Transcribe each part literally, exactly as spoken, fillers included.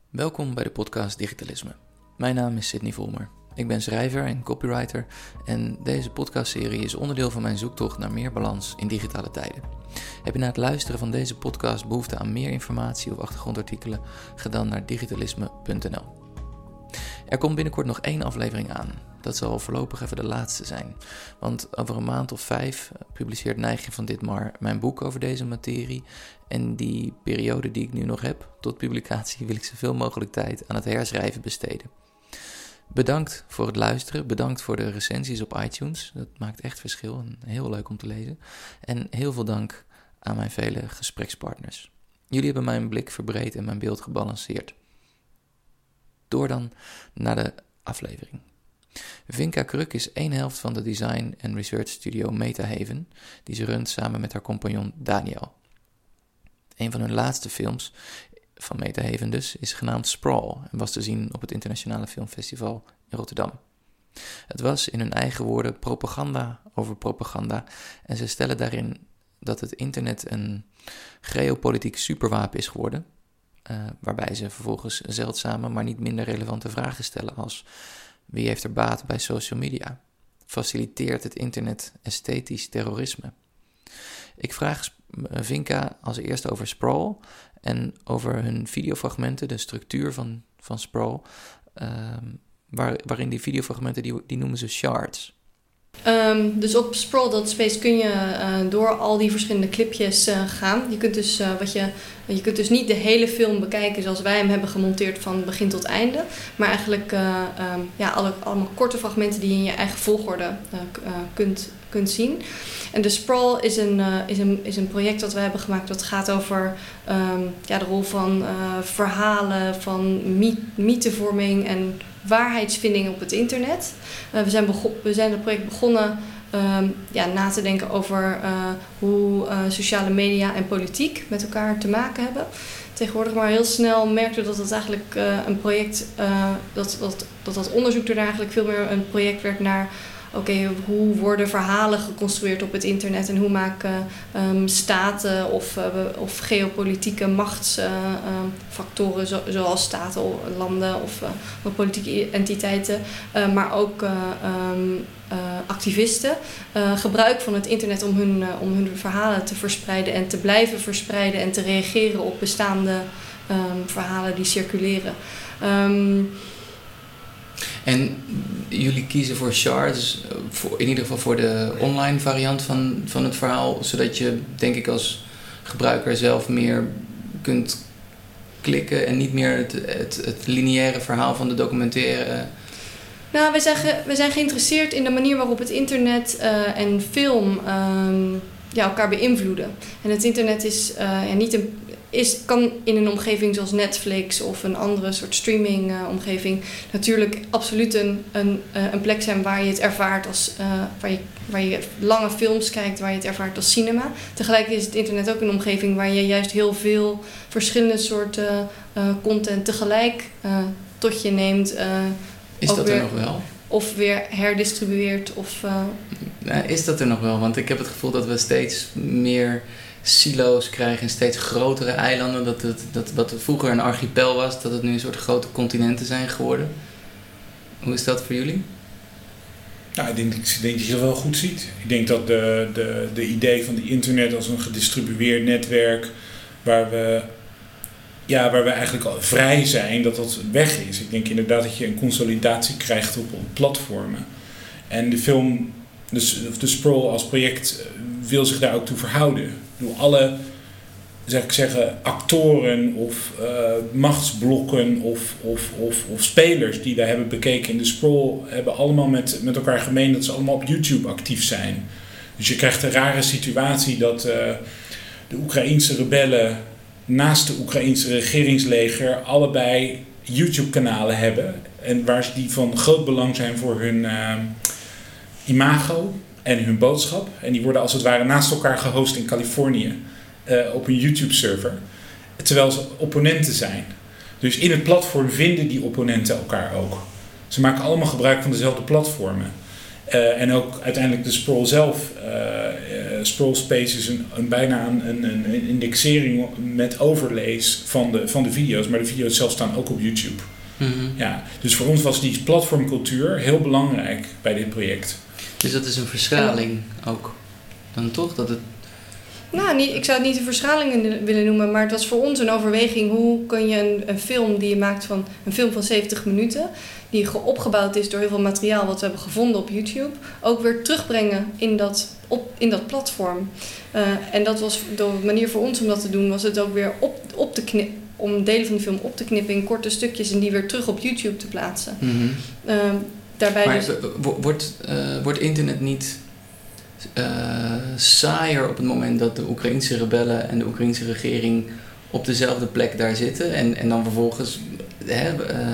Welkom bij de podcast Digitalisme. Mijn naam is Sidney Volmer. Ik ben schrijver en copywriter en deze podcastserie is onderdeel van mijn zoektocht naar meer balans in digitale tijden. Heb je na het luisteren van deze podcast behoefte aan meer informatie of achtergrondartikelen? Ga dan naar digitalisme punt n l. Er komt binnenkort nog één aflevering aan. Dat zal voorlopig even de laatste zijn. Want over een maand of vijf publiceert Nijgje van Ditmar mijn boek over deze materie. En die periode die ik nu nog heb tot publicatie wil ik zoveel mogelijk tijd aan het herschrijven besteden. Bedankt voor het luisteren. Bedankt voor de recensies op iTunes. Dat maakt echt verschil en heel leuk om te lezen. En heel veel dank aan mijn vele gesprekspartners. Jullie hebben mijn blik verbreed en mijn beeld gebalanceerd. Door dan naar de aflevering. Vinka Kruk is één helft van de design- en research studio Metahaven, die ze runt samen met haar compagnon Daniel. Een van hun laatste films, van Metahaven dus, is genaamd Sprawl en was te zien op het Internationale Filmfestival in Rotterdam. Het was in hun eigen woorden propaganda over propaganda en ze stellen daarin dat het internet een geopolitiek superwapen is geworden, Uh, waarbij ze vervolgens zeldzame, maar niet minder relevante vragen stellen als: wie heeft er baat bij social media? Faciliteert het internet esthetisch terrorisme? Ik vraag Vinka als eerste over Sprawl en over hun videofragmenten, de structuur van, van Sprawl, uh, waar, waarin die videofragmenten, die, die noemen ze shards. Um, dus op sprawl dot space kun je uh, door al die verschillende clipjes uh, gaan. Je kunt, dus, uh, wat je, je kunt dus niet de hele film bekijken zoals wij hem hebben gemonteerd van begin tot einde. Maar eigenlijk uh, um, ja, alle, allemaal korte fragmenten die je in je eigen volgorde uh, uh, kunt, kunt zien. En de Sprawl is een, uh, is, een, is een project dat wij hebben gemaakt dat gaat over um, ja, de rol van uh, verhalen, van mythevorming en waarheidsvinding op het internet. Uh, we, zijn bego- we zijn het project begonnen um, ja, na te denken over uh, hoe uh, sociale media en politiek met elkaar te maken hebben. Tegenwoordig maar heel snel merkten we dat het eigenlijk uh, een project, uh, dat, dat, dat dat onderzoek er eigenlijk veel meer een project werd naar: oké, okay, hoe worden verhalen geconstrueerd op het internet en hoe maken um, staten of, uh, of geopolitieke machtsfactoren, uh, uh, zo, zoals staten, of landen of uh, politieke entiteiten, uh, maar ook uh, um, uh, activisten, uh, gebruik van het internet om hun, uh, om hun verhalen te verspreiden en te blijven verspreiden en te reageren op bestaande um, verhalen die circuleren. Um, En jullie kiezen voor shards, voor, in ieder geval voor de online variant van, van het verhaal, zodat je, denk ik, als gebruiker zelf meer kunt klikken en niet meer het, het, het lineaire verhaal van de documentaire. Nou, we zijn, ge, we zijn geïnteresseerd in de manier waarop het internet uh, en film um, ja, elkaar beïnvloeden. En het internet is, uh, ja, niet een... Is, kan in een omgeving zoals Netflix of een andere soort streaming uh, omgeving natuurlijk absoluut een, een, uh, een plek zijn waar je het ervaart als uh, waar, je, waar je lange films kijkt, waar je het ervaart als cinema. Tegelijk is het internet ook een omgeving waar je juist heel veel verschillende soorten uh, content tegelijk uh, tot je neemt. Uh, is dat weer, er nog wel? Of weer herdistribueert. Of, uh, nou, is dat er nog wel? Want ik heb het gevoel dat we steeds meer silo's krijgen en steeds grotere eilanden. Dat het, dat, wat vroeger een archipel was, dat het nu een soort grote continenten zijn geworden. Hoe is dat voor jullie? Nou, ik denk, ik denk dat je dat wel goed ziet. Ik denk dat de, de, de idee van het internet als een gedistribueerd netwerk, waar we, ja, waar we eigenlijk al vrij zijn, dat dat weg is. Ik denk inderdaad dat je een consolidatie krijgt op, op platformen. En de film, dus de Sprawl als project, wil zich daar ook toe verhouden. Door alle, zeg ik zeggen, actoren of uh, machtsblokken of, of, of, of spelers die wij hebben bekeken in de Sprawl hebben allemaal met, met elkaar gemeen dat ze allemaal op YouTube actief zijn. Dus je krijgt een rare situatie dat uh, de Oekraïense rebellen naast de Oekraïense regeringsleger allebei YouTube-kanalen hebben. En waar ze die van groot belang zijn voor hun uh, imago en hun boodschap. En die worden als het ware naast elkaar gehost in Californië uh, op een YouTube-server. Terwijl ze opponenten zijn. Dus in het platform vinden die opponenten elkaar ook. Ze maken allemaal gebruik van dezelfde platformen. Uh, en ook uiteindelijk de Sprawl zelf uh, uh, Scrollspace is een, een, bijna een, een, een indexering met overlays van de, van de video's. Maar de video's zelf staan ook op YouTube. Mm-hmm. Ja, dus voor ons was die platformcultuur heel belangrijk bij dit project. Dus dat is een verschraling ook. Dan toch? Dat het... Nou, niet, ik zou het niet een verschraling willen noemen, maar het was voor ons een overweging. Hoe kun je een, een film die je maakt van een film van zeventig minuten, die opgebouwd is door heel veel materiaal wat we hebben gevonden op YouTube, ook weer terugbrengen in dat, op, in dat platform. Uh, en dat was de manier voor ons om dat te doen, was het ook weer op, op te knippen, om delen van de film op te knippen in korte stukjes en die weer terug op YouTube te plaatsen. Mm-hmm. Uh, daarbij maar dus... wordt, uh, wordt internet niet uh, saaier op het moment dat de Oekraïnse rebellen en de Oekraïnse regering op dezelfde plek daar zitten en, en dan vervolgens... Hè, uh...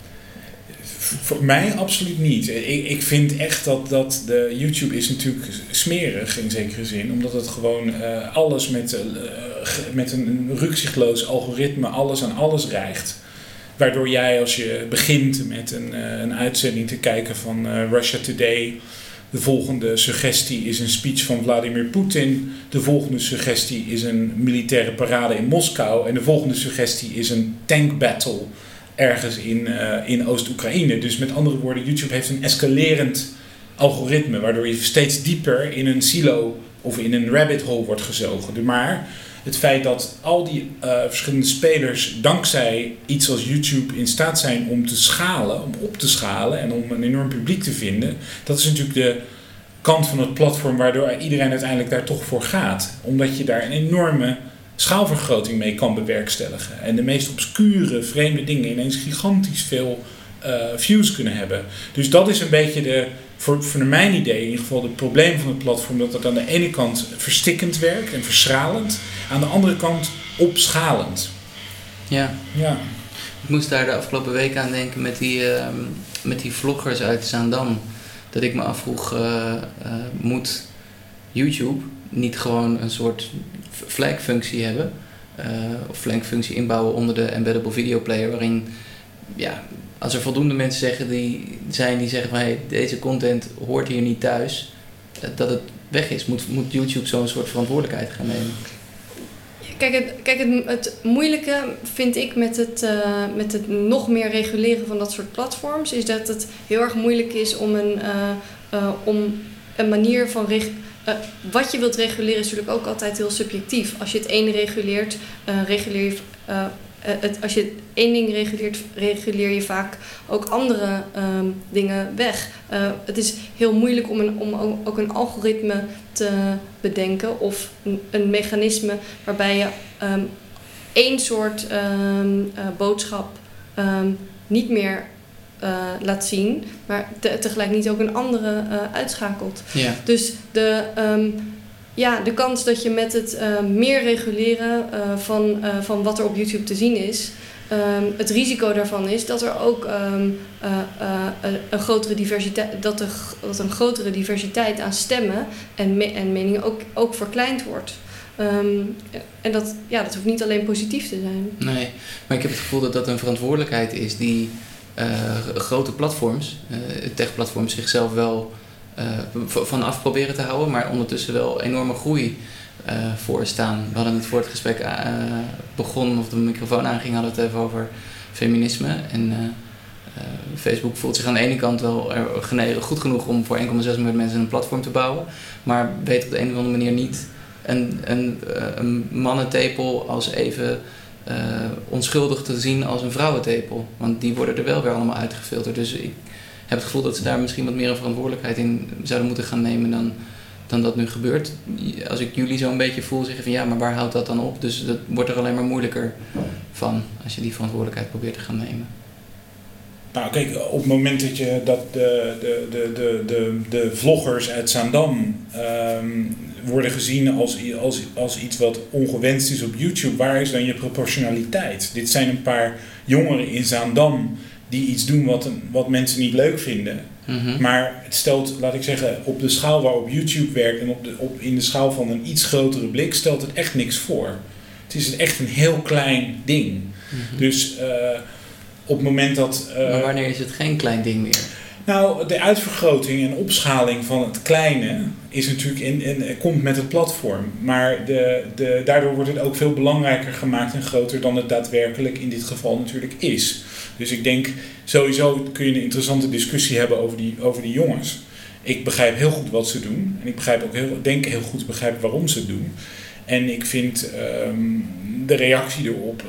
Voor mij absoluut niet. Ik, ik vind echt dat, dat de YouTube is natuurlijk smerig in zekere zin, omdat het gewoon uh, alles met, uh, met een rukzichtloos algoritme alles aan alles rijgt. Waardoor jij als je begint met een, uh, een uitzending te kijken van uh, Russia Today, de volgende suggestie is een speech van Vladimir Poetin, de volgende suggestie is een militaire parade in Moskou en de volgende suggestie is een tank battle ergens in, uh, in Oost-Oekraïne. Dus met andere woorden, YouTube heeft een escalerend algoritme, waardoor je steeds dieper in een silo of in een rabbit hole wordt gezogen. Maar het feit dat al die uh, verschillende spelers dankzij iets als YouTube in staat zijn om te schalen, om op te schalen en om een enorm publiek te vinden, dat is natuurlijk de kant van het platform waardoor iedereen uiteindelijk daar toch voor gaat. Omdat je daar een enorme schaalvergroting mee kan bewerkstelligen. En de meest obscure, vreemde dingen ineens gigantisch veel uh, views kunnen hebben. Dus dat is een beetje de, voor, voor mijn idee in ieder geval, het probleem van het platform. Dat het aan de ene kant verstikkend werkt en verschralend. Aan de andere kant opschalend. Ja. Ja. Ik moest daar de afgelopen week aan denken met die, uh, met die vloggers uit Zaandam. Dat ik me afvroeg, uh, uh, moet YouTube niet gewoon een soort flankfunctie hebben, uh, of flankfunctie inbouwen onder de embeddable video player, waarin, ja, als er voldoende mensen zeggen die zijn die zeggen van hey, deze content hoort hier niet thuis, uh, dat het weg is. Moet, moet YouTube zo'n soort verantwoordelijkheid gaan nemen? Kijk, het, kijk het, het moeilijke vind ik met het, uh, met het nog meer reguleren van dat soort platforms, is dat het heel erg moeilijk is om een, uh, uh, om een manier van reg- Uh, wat je wilt reguleren is natuurlijk ook altijd heel subjectief. Als je het ene reguleert, uh, reguleer je, uh, uh, het, als je één ding reguleert, reguleer je vaak ook andere um, dingen weg. Uh, het is heel moeilijk om, een, om ook een algoritme te bedenken of een, een mechanisme waarbij je um, één soort um, uh, boodschap um, niet meer Uh, laat zien, maar te, tegelijk niet ook een andere uh, uitschakelt. Ja. Dus de, um, ja, de kans dat je met het uh, meer reguleren uh, van, uh, van wat er op YouTube te zien is, um, het risico daarvan is dat er ook um, uh, uh, een grotere diversiteit, dat er, dat een grotere diversiteit aan stemmen en, me- en meningen ook, ook verkleind wordt. Um, en dat, ja, dat hoeft niet alleen positief te zijn. Nee, maar ik heb het gevoel dat dat een verantwoordelijkheid is die Uh, grote platforms, uh, techplatforms zichzelf wel uh, v- vanaf proberen te houden, maar ondertussen wel enorme groei uh, voorstaan. We hadden het voor het gesprek uh, begonnen, of de microfoon aanging, hadden we het even over feminisme. En uh, uh, Facebook voelt zich aan de ene kant wel genegen, goed genoeg om voor één komma zes miljard mensen een platform te bouwen, maar weet op de een of andere manier niet een, een, een mannentepel als even Uh, onschuldig te zien als een vrouwentepel. Want die worden er wel weer allemaal uitgefilterd. Dus ik heb het gevoel dat ze daar misschien wat meer een verantwoordelijkheid in zouden moeten gaan nemen dan, dan dat nu gebeurt. Als ik jullie zo een beetje voel, zeggen van ja, maar waar houdt dat dan op? Dus dat wordt er alleen maar moeilijker van als je die verantwoordelijkheid probeert te gaan nemen. Nou kijk, op het moment dat je dat de, de, de, de, de, de vloggers uit Zaandam um, worden gezien als, als, als iets wat ongewenst is op YouTube, waar is dan je proportionaliteit? Dit zijn een paar jongeren in Zaandam die iets doen wat, wat mensen niet leuk vinden. Mm-hmm. Maar het stelt, laat ik zeggen, op de schaal waarop YouTube werkt en op de, op, in de schaal van een iets grotere blik, stelt het echt niks voor. Het is echt een heel klein ding. Mm-hmm. Dus uh, op het moment dat... Uh, maar wanneer is het geen klein ding meer? Nou, de uitvergroting en opschaling van het kleine is natuurlijk in, in, komt met het platform. Maar de, de, daardoor wordt het ook veel belangrijker gemaakt en groter dan het daadwerkelijk in dit geval natuurlijk is. Dus ik denk, sowieso kun je een interessante discussie hebben over die, over die jongens. Ik begrijp heel goed wat ze doen. En ik begrijp ook heel, denk heel goed begrijp waarom ze het doen. En ik vind um, de reactie erop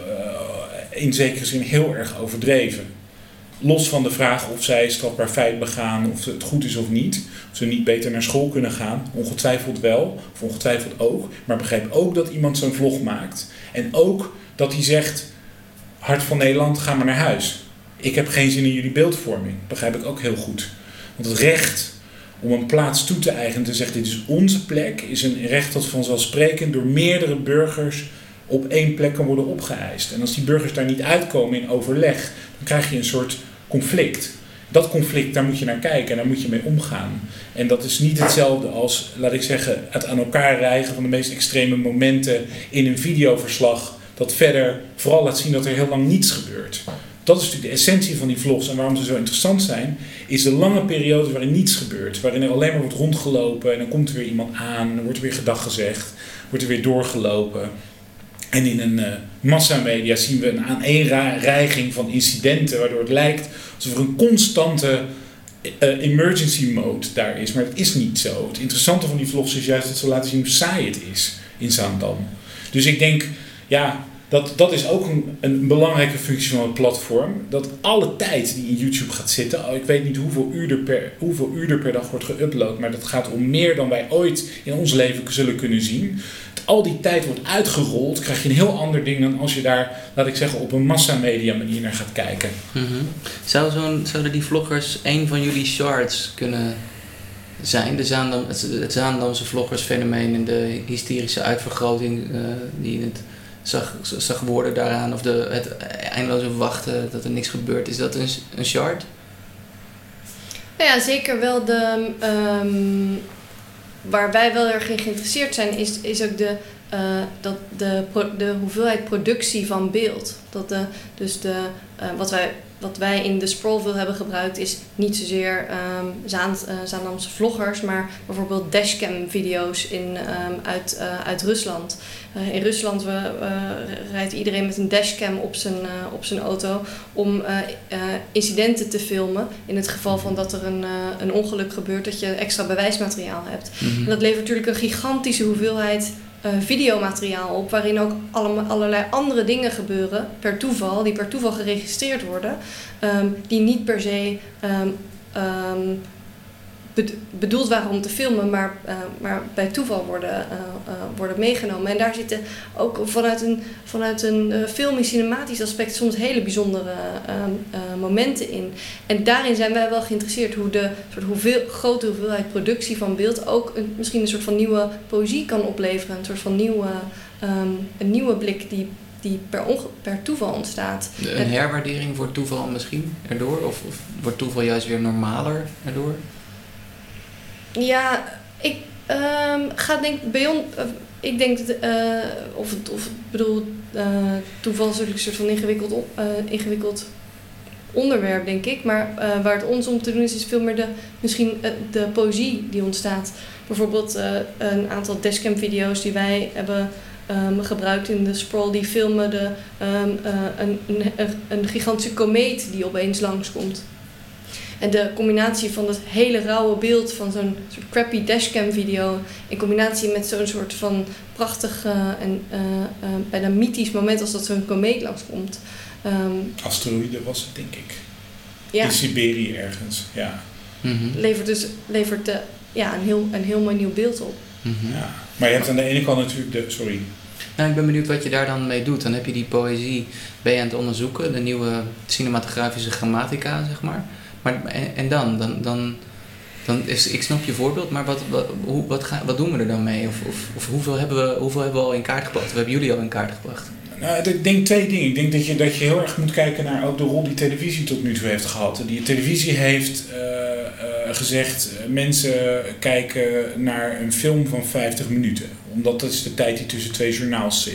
uh, in zekere zin heel erg overdreven. Los van de vraag of zij strafbaar feit begaan, of het goed is of niet. Of ze niet beter naar school kunnen gaan. Ongetwijfeld wel, of ongetwijfeld ook. Maar begrijp ook dat iemand zo'n vlog maakt. En ook dat hij zegt, Hart van Nederland, ga maar naar huis. Ik heb geen zin in jullie beeldvorming. Begrijp ik ook heel goed. Want het recht om een plaats toe te eigenen, te zeggen dit is onze plek, is een recht dat vanzelfsprekend door meerdere burgers op één plek kan worden opgeëist. En als die burgers daar niet uitkomen in overleg, dan krijg je een soort conflict. Dat conflict, daar moet je naar kijken en daar moet je mee omgaan. En dat is niet hetzelfde als, laat ik zeggen, het aan elkaar rijgen van de meest extreme momenten in een videoverslag, dat verder vooral laat zien dat er heel lang niets gebeurt. Dat is natuurlijk de essentie van die vlogs en waarom ze zo interessant zijn, is de lange periode waarin niets gebeurt. Waarin er alleen maar wordt rondgelopen en dan komt er weer iemand aan, dan wordt er weer gedag gezegd, wordt er weer doorgelopen. En in een uh, massamedia zien we een aaneenreiging van incidenten, waardoor het lijkt alsof er een constante uh, emergency mode daar is. Maar dat is niet zo. Het interessante van die vlogs is juist dat ze laten zien hoe saai het is in Zaandam. Dus ik denk, ja, dat, dat is ook een, een belangrijke functie van het platform. Dat alle tijd die in YouTube gaat zitten, ik weet niet hoeveel uur er per, hoeveel uur er per dag wordt geüpload, maar dat gaat om meer dan wij ooit in ons leven zullen kunnen zien. Al die tijd wordt uitgerold, krijg je een heel ander ding dan als je daar, laat ik zeggen, op een massamedia manier naar gaat kijken. Mm-hmm. Zou zo'n, zouden die vloggers een van jullie shards kunnen zijn? De Zaandam, het, het Zaandamse vloggersfenomeen en de hysterische uitvergroting uh, die je het zag, zag worden daaraan, of de, het eindeloze wachten dat er niks gebeurt. Is dat een, een shard? Nou ja, zeker wel de... Um Waar wij wel erg in geïnteresseerd zijn, is, is ook de, uh, dat de, pro, de hoeveelheid productie van beeld. Dat de, dus de, uh, wat, wij, wat wij in de Sprawlville hebben gebruikt is niet zozeer um, Zaand, uh, Zaandamse vloggers, maar bijvoorbeeld dashcam video's in, um, uit, uh, uit Rusland. Uh, in Rusland we, uh, rijdt iedereen met een dashcam op zijn, uh, op zijn auto om uh, uh, incidenten te filmen. In het geval van dat er een, uh, een ongeluk gebeurt, dat je extra bewijsmateriaal hebt. Mm-hmm. En dat levert natuurlijk een gigantische hoeveelheid uh, videomateriaal op, waarin ook alle, allerlei andere dingen gebeuren per toeval, die per toeval geregistreerd worden, um, die niet per se um, um, bedoeld waren om te filmen, maar, uh, maar bij toeval worden, uh, uh, worden meegenomen. En daar zitten ook vanuit een, vanuit een uh, filmisch cinematisch aspect soms hele bijzondere uh, uh, momenten in. En daarin zijn wij wel geïnteresseerd hoe de soort hoeveel, grote hoeveelheid productie van beeld ook een, misschien een soort van nieuwe poëzie kan opleveren. Een soort van nieuwe, um, een nieuwe blik die die per, onge- per toeval ontstaat. Een herwaardering wordt toeval misschien erdoor? Of, of wordt toeval juist weer normaler erdoor? Ja, ik um, ga denk bij ons, uh, ik denk dat, uh, of het, of het bedoel, uh, toeval is natuurlijk een soort van ingewikkeld, uh, ingewikkeld onderwerp, denk ik. Maar uh, waar het ons om te doen is, is veel meer de, misschien uh, de poëzie die ontstaat. Bijvoorbeeld uh, een aantal dashcam video's die wij hebben um, gebruikt in de Sprawl, die filmen de, um, uh, een, een, een gigantische komeet die opeens langskomt. En de combinatie van dat hele rauwe beeld van zo'n soort crappy dashcam video in combinatie met zo'n soort van prachtig uh, en uh, uh, bijna mythisch moment als dat zo'n komeet langskomt. Um, Asteroïde was het, denk ik. Ja. In Siberië ergens, ja. Mm-hmm. Levert dus levert de, ja, een, heel, een heel mooi nieuw beeld op. Mm-hmm. Ja. Maar je hebt aan de ene kant natuurlijk de... Sorry. Nou, ik ben benieuwd wat je daar dan mee doet. Dan heb je die poëzie, ben je aan het onderzoeken, de nieuwe cinematografische grammatica, zeg maar. Maar en, en dan? Dan, dan, dan is, ik snap je voorbeeld, maar wat, wat, hoe, wat, ga, wat doen we er dan mee? Of, of, of hoeveel, hebben we, hoeveel hebben we al in kaart gebracht? Of hebben jullie al in kaart gebracht? Nou, ik denk twee dingen. Ik denk dat je, dat je heel erg moet kijken naar ook de rol die televisie tot nu toe heeft gehad. Die televisie heeft uh, uh, gezegd, uh, mensen kijken naar een film van vijftig minuten. Omdat dat is de tijd die tussen twee journaals zit,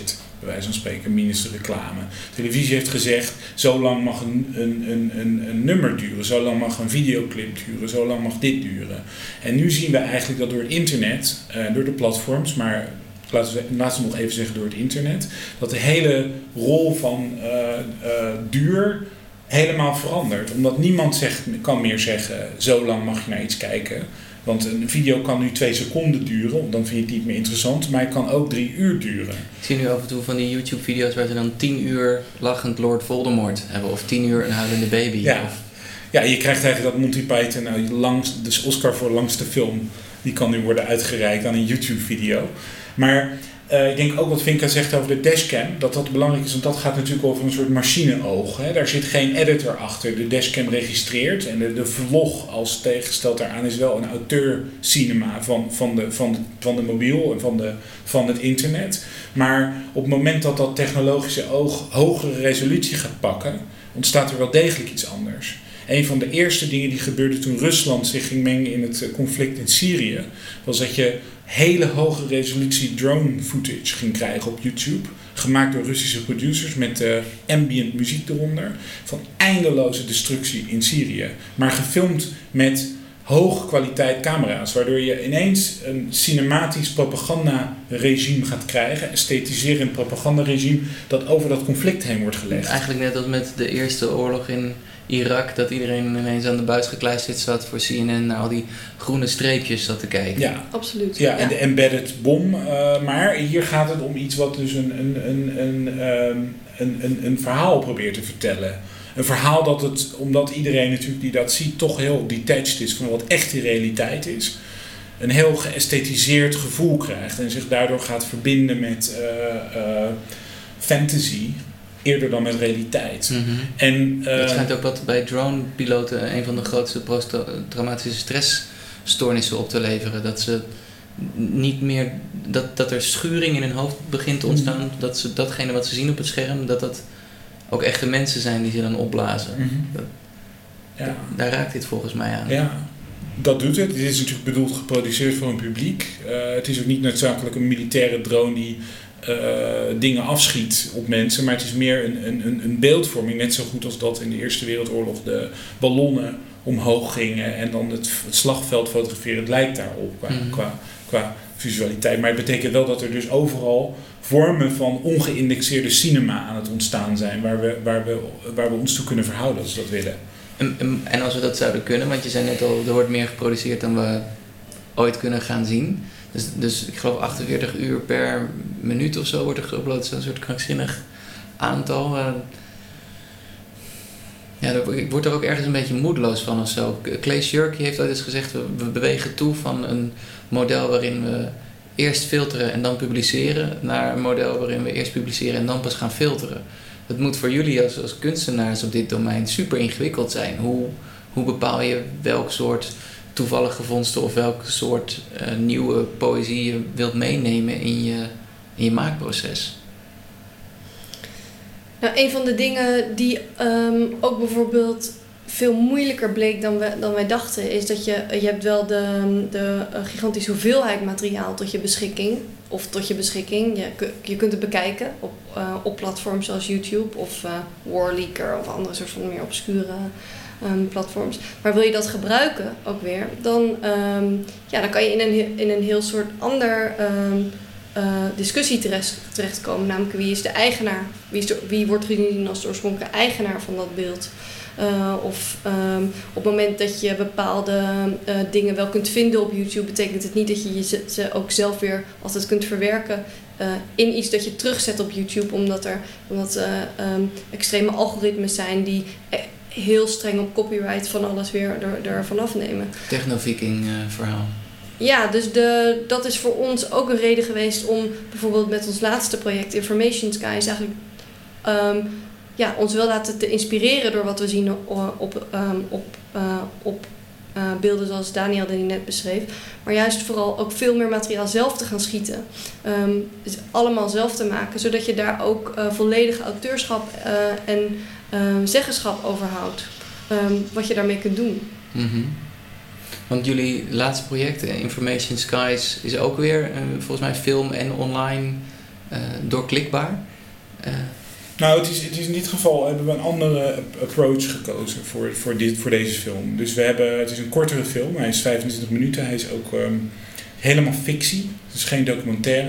bij wijze van spreken, minus de reclame. Televisie heeft gezegd, zo lang mag een, een, een, een, een nummer duren, zo lang mag een videoclip duren, zo lang mag dit duren. En nu zien we eigenlijk dat door het internet, uh, door de platforms, maar laten we, laten we nog even zeggen door het internet, dat de hele rol van uh, uh, duur helemaal verandert. Omdat niemand zegt, kan meer zeggen, zo lang mag je naar iets kijken. Want een video kan nu twee seconden duren, dan vind je het niet meer interessant, maar het kan ook drie uur duren. Ik zie nu af en toe van die YouTube-video's waar ze dan tien uur lachend Lord Voldemort hebben, of tien uur een huilende baby. Ja, of... ja je krijgt eigenlijk dat Monty Python, nou, langs, dus Oscar voor langste film, die kan nu worden uitgereikt aan een YouTube-video. Maar uh, ik denk ook wat Vinka zegt over de dashcam, dat dat belangrijk is, want dat gaat natuurlijk over een soort machineoog. Hè. Daar zit geen editor achter. De dashcam registreert en de, de vlog als tegengesteld daaraan is wel een auteur-cinema van, van, de, van, de, van de mobiel en van, de, van het internet. Maar op het moment dat dat technologische oog hogere resolutie gaat pakken, ontstaat er wel degelijk iets anders. Een van de eerste dingen die gebeurde toen Rusland zich ging mengen in het conflict in Syrië, was dat je hele hoge resolutie drone footage ging krijgen op YouTube, gemaakt door Russische producers met uh, ambient muziek eronder, van eindeloze destructie in Syrië, maar gefilmd met hoge kwaliteit camera's, waardoor je ineens een cinematisch propagandaregime gaat krijgen, esthetiserend propagandaregime, dat over dat conflict heen wordt gelegd. Eigenlijk net als met de eerste oorlog in Irak, dat iedereen ineens aan de buis gekluisterd zat voor C N N naar al die groene streepjes zat te kijken. Ja, absoluut. Ja, en ja. de embedded bom. Uh, maar hier gaat het om iets wat dus een, een, een, een, um, een, een, een verhaal probeert te vertellen. Een verhaal dat het, omdat iedereen natuurlijk die dat ziet, toch heel detached is van wat echt de realiteit is. Een heel geësthetiseerd gevoel krijgt en zich daardoor gaat verbinden met uh, uh, fantasy. Eerder dan met realiteit. Mm-hmm. En, uh, het schijnt ook wat bij drone-piloten een van de grootste post-traumatische stressstoornissen op te leveren. Dat ze niet meer, dat, dat er schuring in hun hoofd begint te ontstaan. Mm-hmm. Dat ze datgene wat ze zien op het scherm, dat dat ook echte mensen zijn die ze dan opblazen. Mm-hmm. Dat, ja. Daar raakt dit volgens mij aan. Ja. Dat doet het. Dit is natuurlijk bedoeld geproduceerd voor een publiek. Uh, het is ook niet noodzakelijk een militaire drone die Uh, dingen afschiet op mensen, maar het is meer een, een, een beeldvorming, net zo goed als dat in de Eerste Wereldoorlog de ballonnen omhoog gingen en dan het, het slagveld fotograferen. Het lijkt daarop qua, mm-hmm. qua, qua visualiteit, maar het betekent wel dat er dus overal vormen van ongeïndexeerde cinema aan het ontstaan zijn, waar we, waar we, waar we ons toe kunnen verhouden als we dat willen. En, en als we dat zouden kunnen, want je zei net al, er wordt meer geproduceerd dan we ooit kunnen gaan zien. Dus, dus ik geloof achtenveertig uur per minuut of zo wordt er geüpload, zo'n soort krankzinnig aantal. Uh, ja, ik word er ook ergens een beetje moedeloos van of zo. Clay Shirky heeft ooit eens gezegd, we, we bewegen toe van een model waarin we eerst filteren en dan publiceren, naar een model waarin we eerst publiceren en dan pas gaan filteren. Dat moet voor jullie als, als kunstenaars op dit domein super ingewikkeld zijn. Hoe, hoe bepaal je welk soort toevallige vondsten of welke soort uh, nieuwe poëzie je wilt meenemen in je, in je maakproces? Nou, een van de dingen die um, ook bijvoorbeeld veel moeilijker bleek dan, we, dan wij dachten, is dat je, je hebt wel de, de uh, gigantische hoeveelheid materiaal tot je beschikking, of tot je beschikking. Je, je kunt het bekijken op, uh, op platforms zoals YouTube of uh, Warleaker of andere soort van meer obscure Um, platforms. Maar wil je dat gebruiken ook weer, dan, um, ja, dan kan je in een, in een heel soort ander um, uh, discussie terecht, terechtkomen. Namelijk wie is de eigenaar? Wie, is de, wie wordt gezien als de oorspronkelijke eigenaar van dat beeld? Uh, of um, op het moment dat je bepaalde uh, dingen wel kunt vinden op YouTube, betekent het niet dat je ze, ze ook zelf weer altijd kunt verwerken uh, in iets dat je terugzet op YouTube, omdat er omdat, uh, um, extreme algoritmes zijn die uh, heel streng op copyright van alles weer er, er vanaf nemen. Techno-viking uh, verhaal. Ja, dus de, dat is voor ons ook een reden geweest om bijvoorbeeld met ons laatste project Information Skies eigenlijk um, ja, ons wel laten te inspireren door wat we zien op, op, um, op, uh, op uh, beelden zoals Daniel die net beschreef. Maar juist vooral ook veel meer materiaal zelf te gaan schieten. Um, dus allemaal zelf te maken, zodat je daar ook uh, volledig auteurschap uh, en Um, zeggenschap overhoudt, um, wat je daarmee kunt doen. Mm-hmm. Want jullie laatste project, Information Skies, is ook weer uh, volgens mij film en online uh, doorklikbaar. Uh... Nou, het is, het is in dit geval hebben we een andere approach gekozen voor, voor, dit, voor deze film. Dus we hebben, het is een kortere film, hij is vijfentwintig minuten, hij is ook um, helemaal fictie, het is geen documentaire.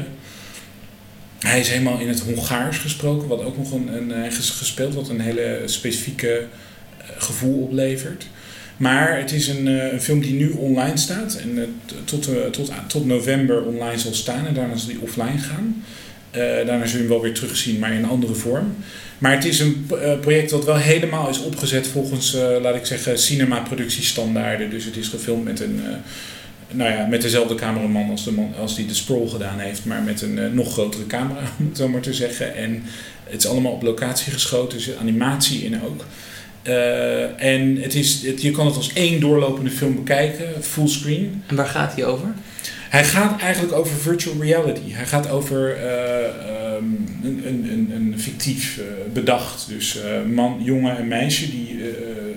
Hij is helemaal in het Hongaars gesproken, wat ook nog een, een, een gespeeld, wat een hele specifieke uh, gevoel oplevert. Maar het is een, uh, een film die nu online staat en uh, tot, uh, tot, uh, tot november online zal staan en daarna zal die offline gaan. Uh, daarna zullen we hem wel weer terugzien, maar in een andere vorm. Maar het is een uh, project dat wel helemaal is opgezet volgens, uh, laat ik zeggen, cinema-productiestandaarden. Dus het is gefilmd met een, uh, nou ja, met dezelfde cameraman als, de man, als die de Sprawl gedaan heeft, maar met een uh, nog grotere camera, om het zo maar te zeggen. En het is allemaal op locatie geschoten, er zit animatie in ook. Uh, en het is, het, je kan het als één doorlopende film bekijken, fullscreen. En waar gaat hij over? Hij gaat eigenlijk over virtual reality. Hij gaat over uh, um, een, een, een fictief uh, bedacht. Dus uh, man, jongen en meisje die uh,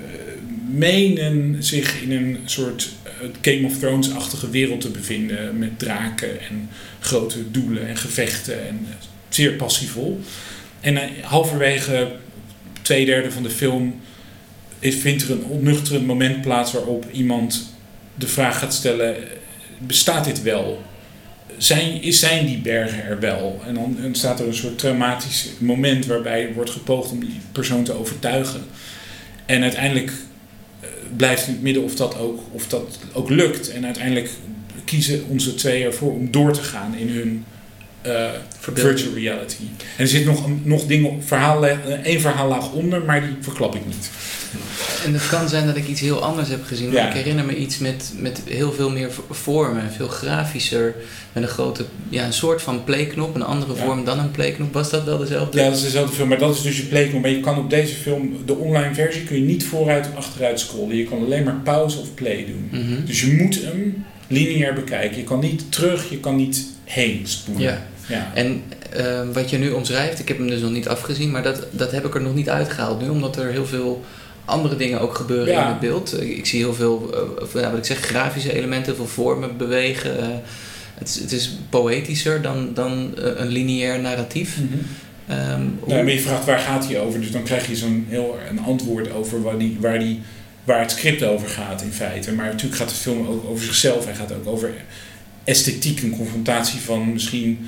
menen zich in een soort uh, Game of Thrones-achtige wereld te bevinden. Met draken en grote doelen en gevechten. En uh, zeer passievol. En uh, halverwege twee derde van de film is, vindt er een onnuchterend moment plaats waarop iemand de vraag gaat stellen: bestaat dit wel? Zijn, is, zijn die bergen er wel? En dan ontstaat er een soort traumatisch moment waarbij wordt gepoogd om die persoon te overtuigen. En uiteindelijk uh, blijft in het midden of dat, ook, of dat ook lukt. En uiteindelijk kiezen onze twee ervoor om door te gaan in hun uh, virtual reality. En er zit nog, nog dingen, verhaal, één verhaallaag onder, maar die verklap ik niet. En het kan zijn dat ik iets heel anders heb gezien. Maar Ja. ik herinner me iets met, met heel veel meer vormen. Veel grafischer. Met een grote, ja, een soort van playknop. Een andere Ja. vorm dan een playknop. Was dat wel dezelfde? Ja, dat is dezelfde film, maar dat is dus je playknop. Maar je kan op deze film, de online versie, kun je niet vooruit of achteruit scrollen. Je kan alleen maar pauze of play doen. Mm-hmm. Dus je moet hem lineair bekijken. Je kan niet terug, je kan niet heen spoelen. Ja. Ja. En uh, wat je nu omschrijft, ik heb hem dus nog niet afgezien. Maar dat, dat heb ik er nog niet uitgehaald nu. Omdat er heel veel andere dingen ook gebeuren Ja. in het beeld. Ik zie heel veel, uh, wat ik zeg, grafische elementen, veel vormen bewegen. Uh, het, is, het is poëtischer dan, dan uh, een lineair narratief. Mm-hmm. Um, Nou, maar je vraagt waar gaat hij over, dus dan krijg je zo'n heel een antwoord over waar, die, waar, die, waar het script over gaat in feite. Maar natuurlijk gaat de film ook over zichzelf. Hij gaat ook over esthetiek, een confrontatie van misschien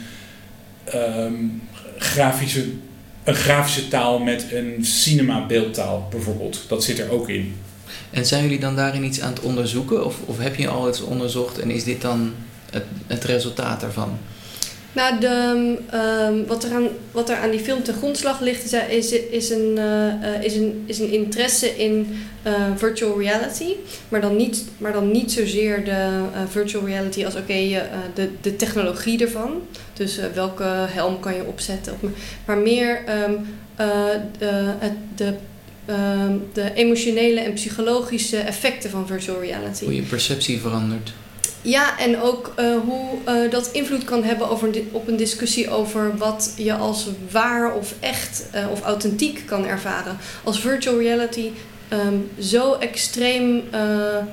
um, grafische, een grafische taal met een cinema beeldtaal bijvoorbeeld. Dat zit er ook in. En zijn jullie dan daarin iets aan het onderzoeken? Of, of heb je al iets onderzocht en is dit dan het, het resultaat daarvan? Nou, de, um, wat, er aan, wat er aan die film ten grondslag ligt, is, is, een, uh, is, een, is een interesse in uh, virtual reality. Maar dan niet, maar dan niet zozeer de uh, virtual reality als oké, okay, uh, de, de technologie ervan. Dus uh, welke helm kan je opzetten. Of, maar meer um, uh, de, de, uh, de emotionele en psychologische effecten van virtual reality. Hoe je perceptie verandert. Ja, en ook uh, hoe uh, dat invloed kan hebben over, op een discussie over wat je als waar of echt uh, of authentiek kan ervaren. Als virtual reality um, zo extreem uh,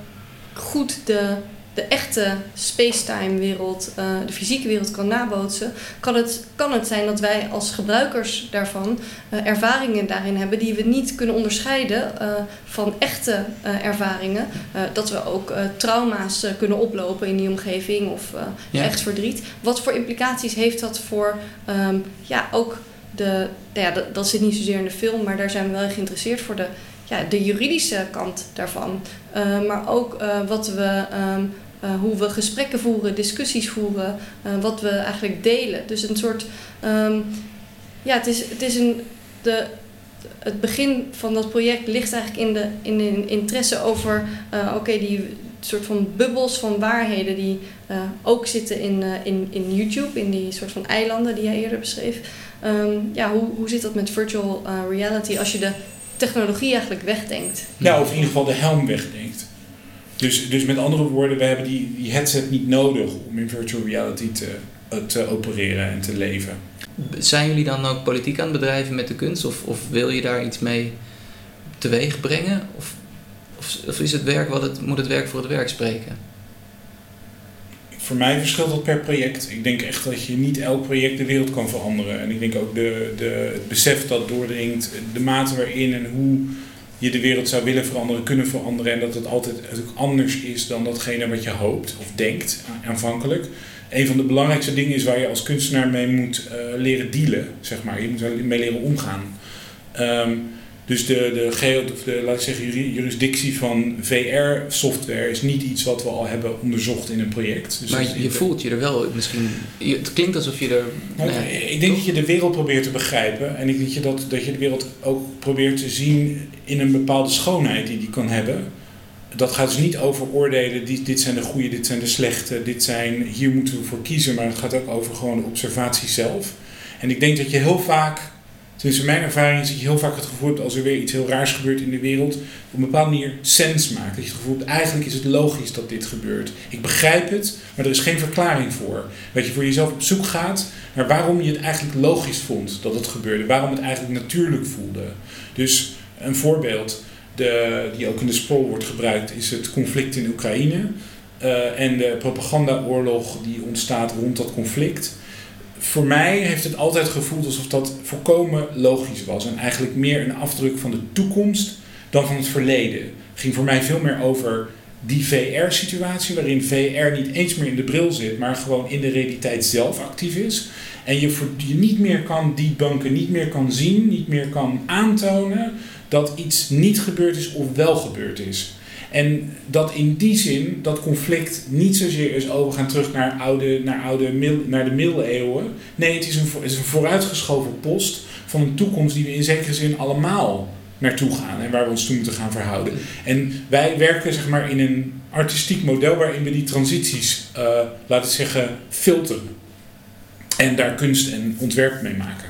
goed de, de echte spacetime wereld, uh, de fysieke wereld kan nabootsen, kan het, kan het zijn dat wij als gebruikers daarvan uh, ervaringen daarin hebben die we niet kunnen onderscheiden uh, van echte uh, ervaringen. Uh, dat we ook uh, trauma's uh, kunnen oplopen in die omgeving of uh, Ja. echt verdriet. Wat voor implicaties heeft dat voor um, ja, ook de, ja, dat, dat zit niet zozeer in de film, maar daar zijn we wel in geïnteresseerd voor de, ja, de juridische kant daarvan. Uh, maar ook uh, wat we um, Uh, hoe we gesprekken voeren, discussies voeren, uh, wat we eigenlijk delen. Dus een soort, um, ja, het is, het is een, de, het begin van dat project ligt eigenlijk in de, in de interesse over, uh, oké, okay, die soort van bubbels van waarheden die uh, ook zitten in, uh, in, in YouTube, in die soort van eilanden die jij eerder beschreef. Um, ja, hoe, hoe zit dat met virtual uh, reality als je de technologie eigenlijk wegdenkt? Ja, of in ieder geval de helm wegdenkt. Dus, dus met andere woorden, we hebben die, die headset niet nodig om in virtual reality te, te opereren en te leven. Zijn jullie dan ook politiek aan het bedrijven met de kunst? Of, of wil je daar iets mee teweeg brengen? Of, of, of is het werk wat het, moet het werk voor het werk spreken? voor mij verschilt dat per project. Ik denk echt dat je niet elk project de wereld kan veranderen. En ik denk ook de, de, het besef dat doordringt, de mate waarin en hoe je de wereld zou willen veranderen, kunnen veranderen. En dat het altijd natuurlijk anders is dan datgene wat je hoopt of denkt aanvankelijk. Een van de belangrijkste dingen is waar je als kunstenaar mee moet uh, leren dealen, zeg maar. Je moet er mee leren omgaan. Um, dus de, de, geo, of de laat ik zeggen, jurisdictie van V R-software is niet iets wat we al hebben onderzocht in een project. Dus maar je, je voelt je er wel misschien... Je, het klinkt alsof je er... Nou, nou, ik denk toch? dat je de wereld probeert te begrijpen. En ik denk dat je, dat, dat je de wereld ook probeert te zien in een bepaalde schoonheid die die kan hebben. Dat gaat dus niet over oordelen, dit, dit zijn de goede, dit zijn de slechte, dit zijn, hier moeten we voor kiezen. Maar het gaat ook over gewoon de observatie zelf. En ik denk dat je heel vaak... Tenminste, mijn ervaring is dat je heel vaak het gevoel hebt als er weer iets heel raars gebeurt in de wereld, op een bepaalde manier sens maakt. Dat je het gevoel hebt, eigenlijk is het logisch dat dit gebeurt. Ik begrijp het, maar er is geen verklaring voor. Dat je voor jezelf op zoek gaat naar waarom je het eigenlijk logisch vond dat het gebeurde. Waarom het eigenlijk natuurlijk voelde. Dus een voorbeeld de, die ook in de Sprawl wordt gebruikt is het conflict in Oekraïne. Uh, en de propagandaoorlog die ontstaat rond dat conflict. Voor mij heeft het altijd gevoeld alsof dat volkomen logisch was. En eigenlijk meer een afdruk van de toekomst dan van het verleden. Het ging voor mij veel meer over die V R-situatie, waarin V R niet eens meer in de bril zit, maar gewoon in de realiteit zelf actief is. En je, voor, je niet meer kan debunken, niet meer kan zien, niet meer kan aantonen dat iets niet gebeurd is of wel gebeurd is. En dat in die zin, dat conflict niet zozeer is, oh we gaan terug naar, oude, naar, oude, naar de middeleeuwen. Nee, het is een, het is een vooruitgeschoven post van een toekomst die we in zekere zin allemaal naartoe gaan en waar we ons toe moeten gaan verhouden. En wij werken zeg maar in een artistiek model waarin we die transities, uh, laten we zeggen, filteren. En daar kunst en ontwerp mee maken.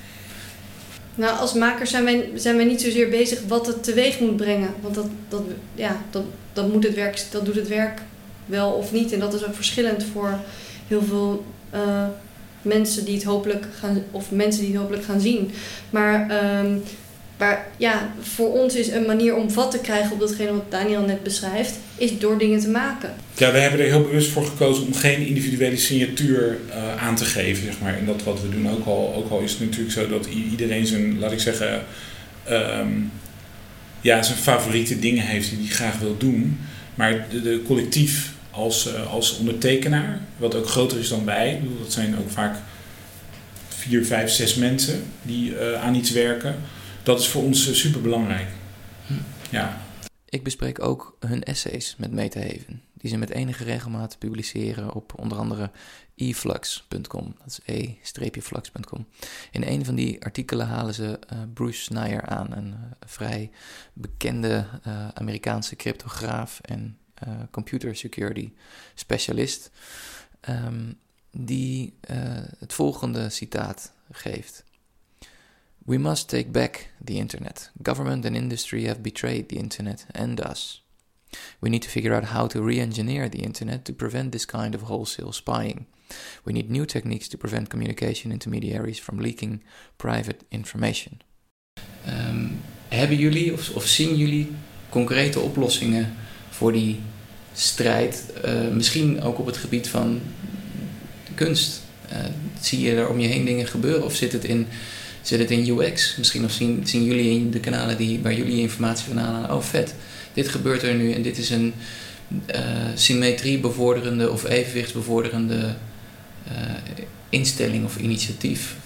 Nou, als makers zijn wij, zijn wij niet zozeer bezig wat het teweeg moet brengen. Want dat, dat, ja, dat, dat, moet het werk, dat doet het werk wel of niet. En dat is ook verschillend voor heel veel uh, mensen die het hopelijk gaan, of mensen die het hopelijk gaan zien. Maar, um, maar ja, voor ons is een manier om vat te krijgen op datgene wat Daniel net beschrijft, is door dingen te maken. Ja, we hebben er heel bewust voor gekozen om geen individuele signatuur uh, aan te geven, zeg maar. En dat wat we doen, ook al, ook al is het natuurlijk zo dat iedereen zijn, laat ik zeggen, um, ja, zijn favoriete dingen heeft die hij graag wil doen. Maar de, de collectief als, uh, als ondertekenaar, wat ook groter is dan wij, ik bedoel, dat zijn ook vaak vier, vijf, zes mensen die uh, aan iets werken. Dat is voor ons uh, superbelangrijk. Hm. Ja. Ik bespreek ook hun essays met Metahaven, die ze met enige regelmaat publiceren op onder andere e flux punt com. Dat is e flux punt com. In een van die artikelen halen ze uh, Bruce Schneier aan, een uh, vrij bekende uh, Amerikaanse cryptograaf en uh, computer security specialist, um, die uh, het volgende citaat geeft. We must take back the internet. Government and industry have betrayed the internet and us. We need to figure out how to re-engineer the internet to prevent this kind of wholesale spying. We need new techniques to prevent communication intermediaries from leaking private information. Um, hebben jullie of, of zien jullie concrete oplossingen voor die strijd? Uh, misschien ook op het gebied van kunst. Uh, zie je er om je heen dingen gebeuren of zit het in... Zit het in U X? Misschien of zien, zien jullie in de kanalen die, waar jullie informatie van halen. Oh vet, dit gebeurt er nu en dit is een uh, symmetrie bevorderende of evenwichtsbevorderende uh, instelling of initiatief.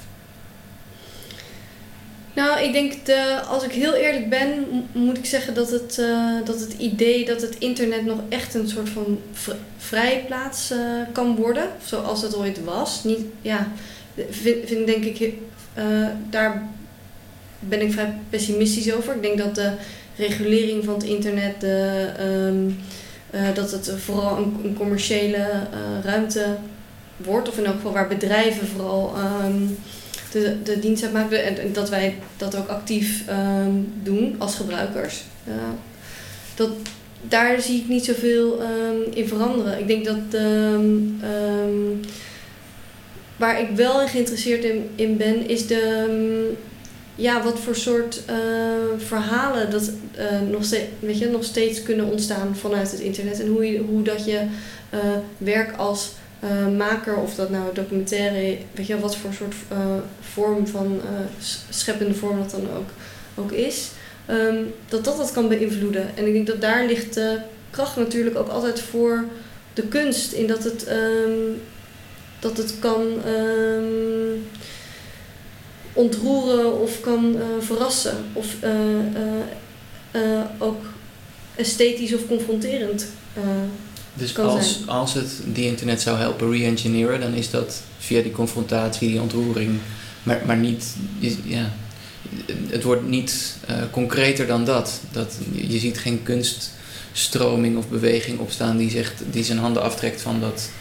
Nou, ik denk, de, als ik heel eerlijk ben, moet ik zeggen dat het, uh, dat het idee dat het internet nog echt een soort van v- vrijplaats uh, kan worden, zoals het ooit was. Niet, ja, vind, vind denk ik... Uh, daar ben ik vrij pessimistisch over. Ik denk dat de regulering van het internet, de, um, uh, dat het vooral een, een commerciële uh, ruimte wordt. Of in elk geval waar bedrijven vooral um, de, de dienst uitmaken. En, en dat wij dat ook actief um, doen als gebruikers. Uh, dat, daar zie ik niet zoveel um, in veranderen. Ik denk dat... Um, um, Waar ik wel geïnteresseerd in, in ben, is de, um, ja, wat voor soort uh, verhalen dat uh, nog, steeds, weet je, nog steeds kunnen ontstaan vanuit het internet. En hoe, je, hoe dat je uh, werk als uh, maker, of dat nou documentaire, weet je wel, wat voor soort uh, vorm van uh, scheppende vorm dat dan ook, ook is, um, dat dat dat kan beïnvloeden. En ik denk dat daar ligt de kracht natuurlijk ook altijd voor de kunst, in dat het, um, dat het kan um, ontroeren of kan uh, verrassen of uh, uh, uh, ook esthetisch of confronterend uh, dus kan als, zijn. als het die internet zou helpen re-engineeren, dan is dat via die confrontatie, die ontroering, maar, maar niet, ja, het wordt niet uh, concreter dan dat. dat. Je ziet geen kunststroming of beweging opstaan die, zegt, die zijn handen aftrekt van dat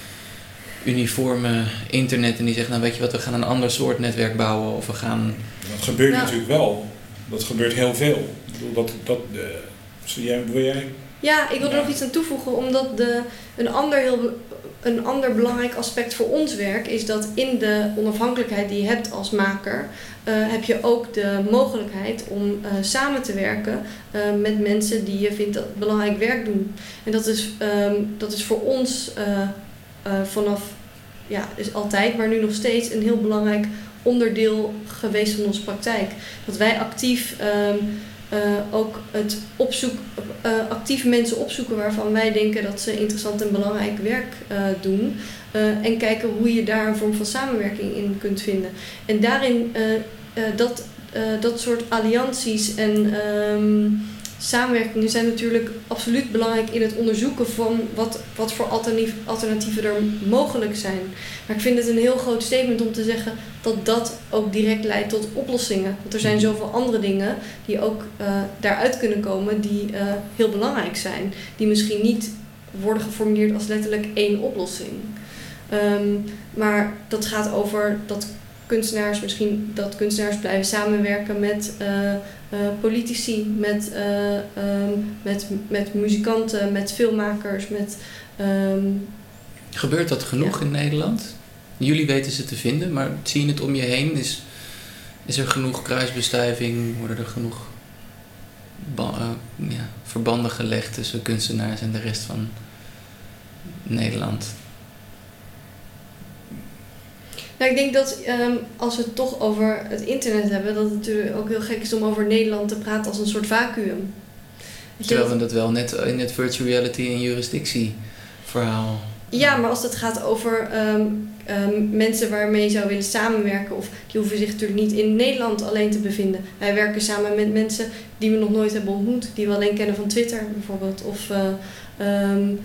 uniforme internet en die zegt, nou weet je wat, we gaan een ander soort netwerk bouwen of we gaan... Dat gebeurt ja. natuurlijk wel. Dat gebeurt heel veel. Ik bedoel, dat, dat, uh, jij, wil jij... Ja, ik wil er ja. nog iets aan toevoegen, omdat de, een, ander heel, een ander belangrijk aspect voor ons werk is dat in de onafhankelijkheid die je hebt als maker, uh, heb je ook de mogelijkheid om uh, samen te werken uh, met mensen die je vindt dat belangrijk werk doen. En dat is, um, dat is voor ons uh, uh, vanaf, ja, is altijd, maar nu nog steeds een heel belangrijk onderdeel geweest van onze praktijk. Dat wij actief um, uh, ook het opzoeken, uh, actief mensen opzoeken waarvan wij denken dat ze interessant en belangrijk werk uh, doen. Uh, en kijken hoe je daar een vorm van samenwerking in kunt vinden. En daarin uh, uh, dat, uh, dat soort allianties en um, samenwerkingen zijn natuurlijk absoluut belangrijk in het onderzoeken van wat, wat voor alternatief, alternatieven er mogelijk zijn. Maar ik vind het een heel groot statement om te zeggen dat dat ook direct leidt tot oplossingen. Want er zijn zoveel andere dingen die ook uh, daaruit kunnen komen die uh, heel belangrijk zijn. Die misschien niet worden geformuleerd als letterlijk één oplossing. Um, maar dat gaat over dat kunstenaars misschien dat kunstenaars blijven samenwerken met uh, uh, politici, met, uh, um, met, met muzikanten, met filmmakers, met... Um, Gebeurt dat genoeg ja. in Nederland? Jullie weten ze te vinden, maar zie je het om je heen? Is, is er genoeg kruisbestuiving? Worden er genoeg ba- uh, ja, verbanden gelegd tussen kunstenaars en de rest van Nederland? Nou, ik denk dat um, als we het toch over het internet hebben, dat het natuurlijk ook heel gek is om over Nederland te praten als een soort vacuüm. Terwijl we dat wel net in het virtual reality en jurisdictie verhaal. Ja, maar als het gaat over um, um, mensen waarmee je zou willen samenwerken, of die hoeven zich natuurlijk niet in Nederland alleen te bevinden. Wij werken samen met mensen die we nog nooit hebben ontmoet, die we alleen kennen van Twitter bijvoorbeeld, of uh, um,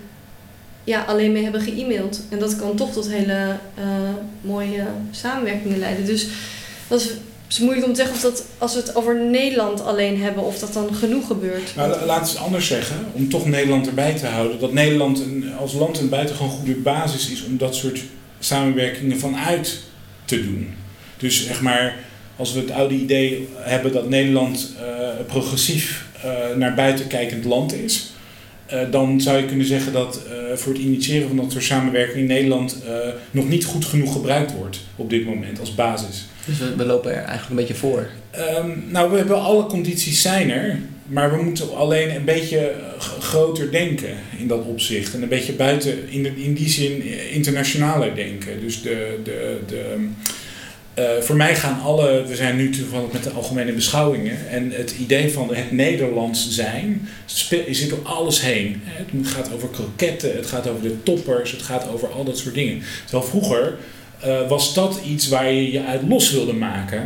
ja, alleen mee hebben ge-e-mailed. En dat kan toch tot hele uh, mooie samenwerkingen leiden. Dus dat is, is moeilijk om te zeggen of dat, als we het over Nederland alleen hebben, of dat dan genoeg gebeurt. Nou, laat het anders zeggen, om toch Nederland erbij te houden. Dat Nederland een, als land een buitengewoon goede basis is om dat soort samenwerkingen vanuit te doen. Dus zeg maar, als we het oude idee hebben dat Nederland uh, progressief uh, naar buiten kijkend land is, Uh, dan zou je kunnen zeggen dat uh, voor het initiëren van dat soort samenwerking in Nederland uh, nog niet goed genoeg gebruikt wordt op dit moment als basis. Dus we, we lopen er eigenlijk een beetje voor. Um, nou, we hebben alle condities zijn er, maar we moeten alleen een beetje g- groter denken in dat opzicht. En een beetje buiten, in, de, in die zin internationaler denken. Dus de... de, de Uh, voor mij gaan alle, we zijn nu toevallig met de algemene beschouwingen en het idee van het Nederlands zijn spe- zit door alles heen. Het gaat over kroketten, het gaat over de toppers, het gaat over al dat soort dingen. Terwijl vroeger uh, was dat iets waar je je uit los wilde maken.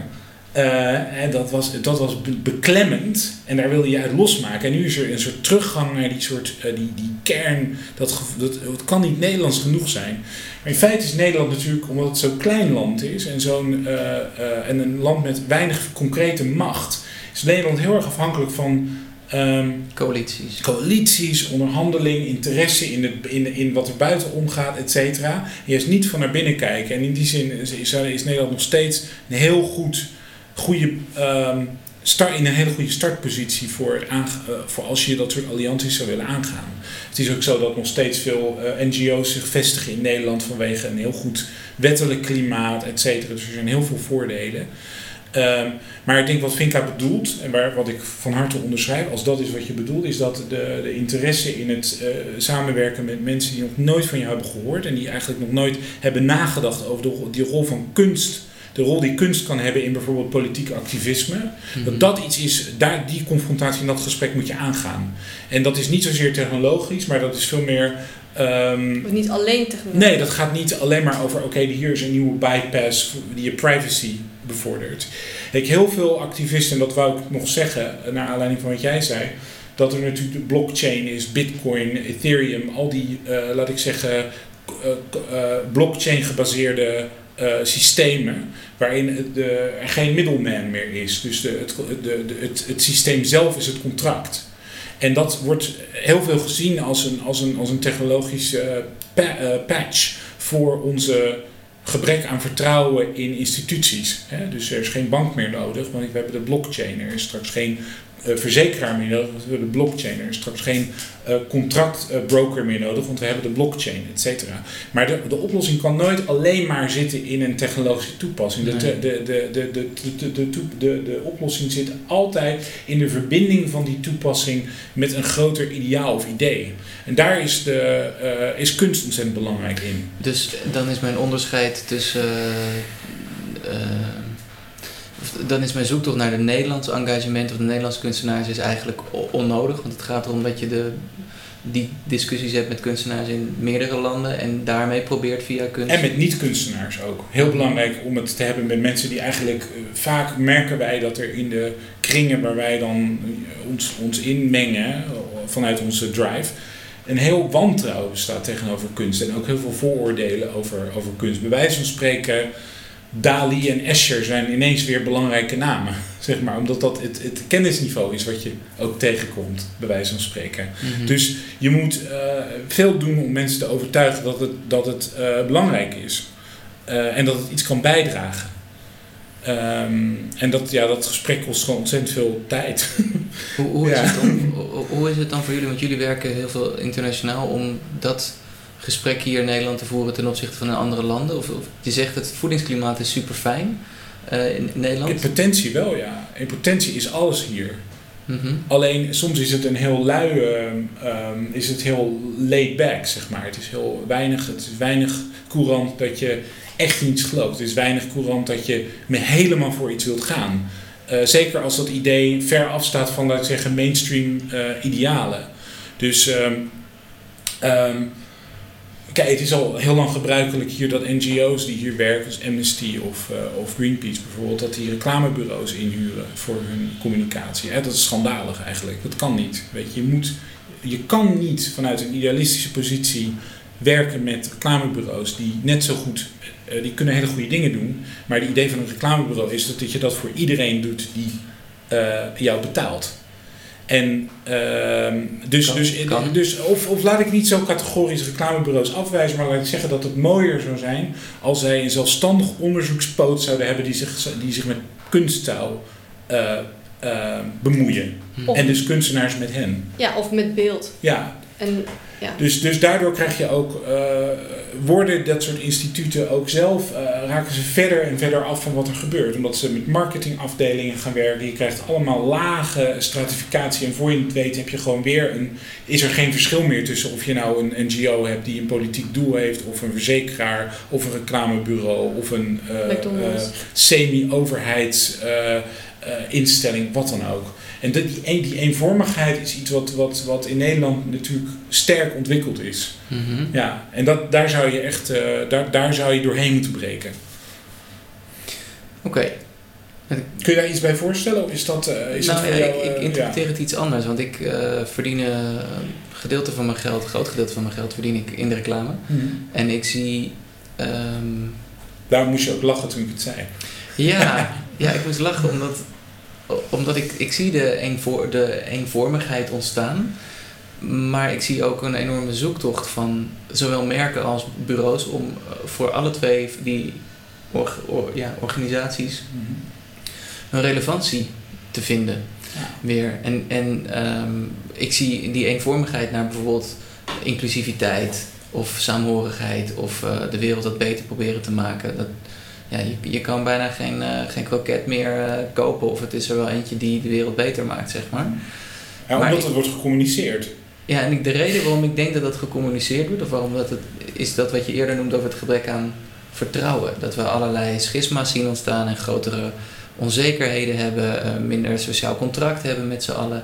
Uh, en dat was, dat was be- beklemmend en daar wilde je uit losmaken. En nu is er een soort teruggang naar die soort uh, die, die kern. Dat, dat, het kan niet Nederlands genoeg zijn. Maar in feite is Nederland natuurlijk, omdat het zo'n klein land is en, zo'n, uh, uh, en een land met weinig concrete macht, is Nederland heel erg afhankelijk van um, coalities. coalities, onderhandeling, interesse in, het, in, in wat er buiten omgaat, et cetera. Juist niet van naar binnen kijken. En in die zin is, is, is Nederland nog steeds een heel goed, goede, um, start, in een hele goede startpositie voor, aange, uh, voor als je dat soort allianties zou willen aangaan. Het is ook zo dat nog steeds veel uh, N G O's zich vestigen in Nederland vanwege een heel goed wettelijk klimaat, et cetera. Dus er zijn heel veel voordelen. Um, maar ik denk wat Vinka bedoelt, en waar, wat ik van harte onderschrijf, als dat is wat je bedoelt, is dat de, de interesse in het uh, samenwerken met mensen die nog nooit van jou hebben gehoord en die eigenlijk nog nooit hebben nagedacht over de, die rol van kunst, de rol die kunst kan hebben in bijvoorbeeld politiek activisme, mm-hmm. dat dat iets is, daar, die confrontatie in dat gesprek moet je aangaan. En dat is niet zozeer technologisch, maar dat is veel meer... Um, niet alleen technologie. Nee, dat gaat niet alleen maar over, oké, okay, hier is een nieuwe bypass die je privacy bevordert. Kijk, heel veel activisten, en dat wou ik nog zeggen, naar aanleiding van wat jij zei, dat er natuurlijk de blockchain is, Bitcoin, Ethereum, al die, uh, laat ik zeggen, uh, uh, blockchain gebaseerde uh, systemen, waarin de, er geen middleman meer is. Dus de, het, de, de, het, het systeem zelf is het contract. En dat wordt heel veel gezien als een, als een, als een technologische pa- uh, patch voor onze gebrek aan vertrouwen in instituties. Hè? Dus er is geen bank meer nodig, want we hebben de blockchain. Er is straks geen uh, verzekeraar meer nodig, want we hebben de blockchain. Er is straks geen uh, contractbroker uh, meer nodig, want we hebben de blockchain, et cetera. Maar de, de oplossing kan nooit alleen maar zitten in een technologische toepassing. De, de, de, de, de, de, de, de, de, de, de oplossing zit altijd in de verbinding van die toepassing met een groter ideaal of idee. En daar is, de, uh, is kunst ontzettend belangrijk in. Dus dan is mijn onderscheid tussen... Uh, uh, dan is mijn zoektocht naar de Nederlandse engagement of de Nederlandse kunstenaars is eigenlijk onnodig. Want het gaat erom dat je de, die discussies hebt met kunstenaars in meerdere landen en daarmee probeert via kunst. En met niet-kunstenaars ook. Heel belangrijk om het te hebben met mensen die eigenlijk... Uh, vaak merken wij dat er in de kringen waar wij dan ons, ons inmengen vanuit onze drive... een heel wantrouwen bestaat tegenover kunst. En ook heel veel vooroordelen over, over kunst. Bij wijze van spreken, Dali en Escher zijn ineens weer belangrijke namen. Zeg maar, omdat dat het, het kennisniveau is wat je ook tegenkomt, bij wijze van spreken. Mm-hmm. Dus je moet uh, veel doen om mensen te overtuigen dat het, dat het uh, belangrijk is. Uh, en dat het iets kan bijdragen. Um, en dat, ja, dat gesprek kost gewoon ontzettend veel tijd. Hoe, hoe, is ja. het dan, hoe, hoe is het dan voor jullie? Want jullie werken heel veel internationaal om dat gesprek hier in Nederland te voeren ten opzichte van andere landen. Of, of je zegt het voedingsklimaat is super fijn uh, in Nederland. In potentie wel, ja. In potentie is alles hier. Mm-hmm. Alleen soms is het een heel lui, um, um, is het heel laid back, zeg maar. Het is heel weinig, het is weinig courant dat je echt niets gelooft. Het is weinig courant dat je me helemaal voor iets wilt gaan. Uh, zeker als dat idee ver afstaat van, laat ik zeggen, mainstream uh, idealen. Dus um, um, kijk, het is al heel lang gebruikelijk hier dat N G O's die hier werken, dus Amnesty of, uh, of Greenpeace bijvoorbeeld, dat die reclamebureaus inhuren voor hun communicatie. Hè, dat is schandalig eigenlijk. Dat kan niet. Weet je, je, moet, je kan niet vanuit een idealistische positie werken met reclamebureaus die net zo goed, uh, die kunnen hele goede dingen doen, maar het idee van een reclamebureau is dat, dat je dat voor iedereen doet die uh, jou betaalt. En uh, dus, kan, dus, kan. dus of, of laat ik niet zo categorisch reclamebureaus afwijzen, maar laat ik zeggen dat het mooier zou zijn als zij een zelfstandig onderzoekspoot zouden hebben die zich, die zich met kunst zou uh, uh, bemoeien. Of, en dus kunstenaars met hen. Ja, of met beeld. Ja. En, ja. Dus, dus daardoor krijg je ook, uh, worden dat soort instituten ook zelf, uh, raken ze verder en verder af van wat er gebeurt. Omdat ze met marketingafdelingen gaan werken. Je krijgt allemaal lage stratificatie en voor je het weet heb je gewoon weer een, is er geen verschil meer tussen of je nou een N G O hebt die een politiek doel heeft, of een verzekeraar, of een reclamebureau, of een uh, uh, semi-overheids uh, uh, instelling, wat dan ook. En die, die eenvormigheid is iets wat, wat, wat in Nederland natuurlijk sterk ontwikkeld is. Mm-hmm. Ja, en dat, daar zou je echt uh, daar, daar zou je doorheen moeten breken. Oké. Okay. Kun je daar iets bij voorstellen? Of is dat, uh, is nou, dat voor ja, jou, ik, ik interpreteer ja. het iets anders. Want ik uh, verdien uh, een gedeelte van mijn geld, een groot gedeelte van mijn geld verdien ik in de reclame. Mm-hmm. En ik zie... Um... Daar moest je ook lachen toen ik het zei. Ja, ja ik moest lachen omdat... Omdat ik, ik zie de, eenvoor, de eenvormigheid ontstaan, maar ik zie ook een enorme zoektocht van zowel merken als bureaus om voor alle twee die or, or, ja, organisaties mm-hmm. hun relevantie te vinden. Ja. Weer. En, en um, ik zie die eenvormigheid naar bijvoorbeeld inclusiviteit of saamhorigheid of uh, de wereld wat beter proberen te maken. Dat, ja, je, je kan bijna geen, uh, geen kroket meer uh, kopen of het is er wel eentje die de wereld beter maakt, zeg maar. Ja, omdat maar het ik, wordt gecommuniceerd. Ja, en ik, de reden waarom ik denk dat dat gecommuniceerd wordt, of waarom dat het is dat wat je eerder noemde over het gebrek aan vertrouwen. Dat we allerlei schisma's zien ontstaan en grotere onzekerheden hebben, uh, minder sociaal contract hebben met z'n allen.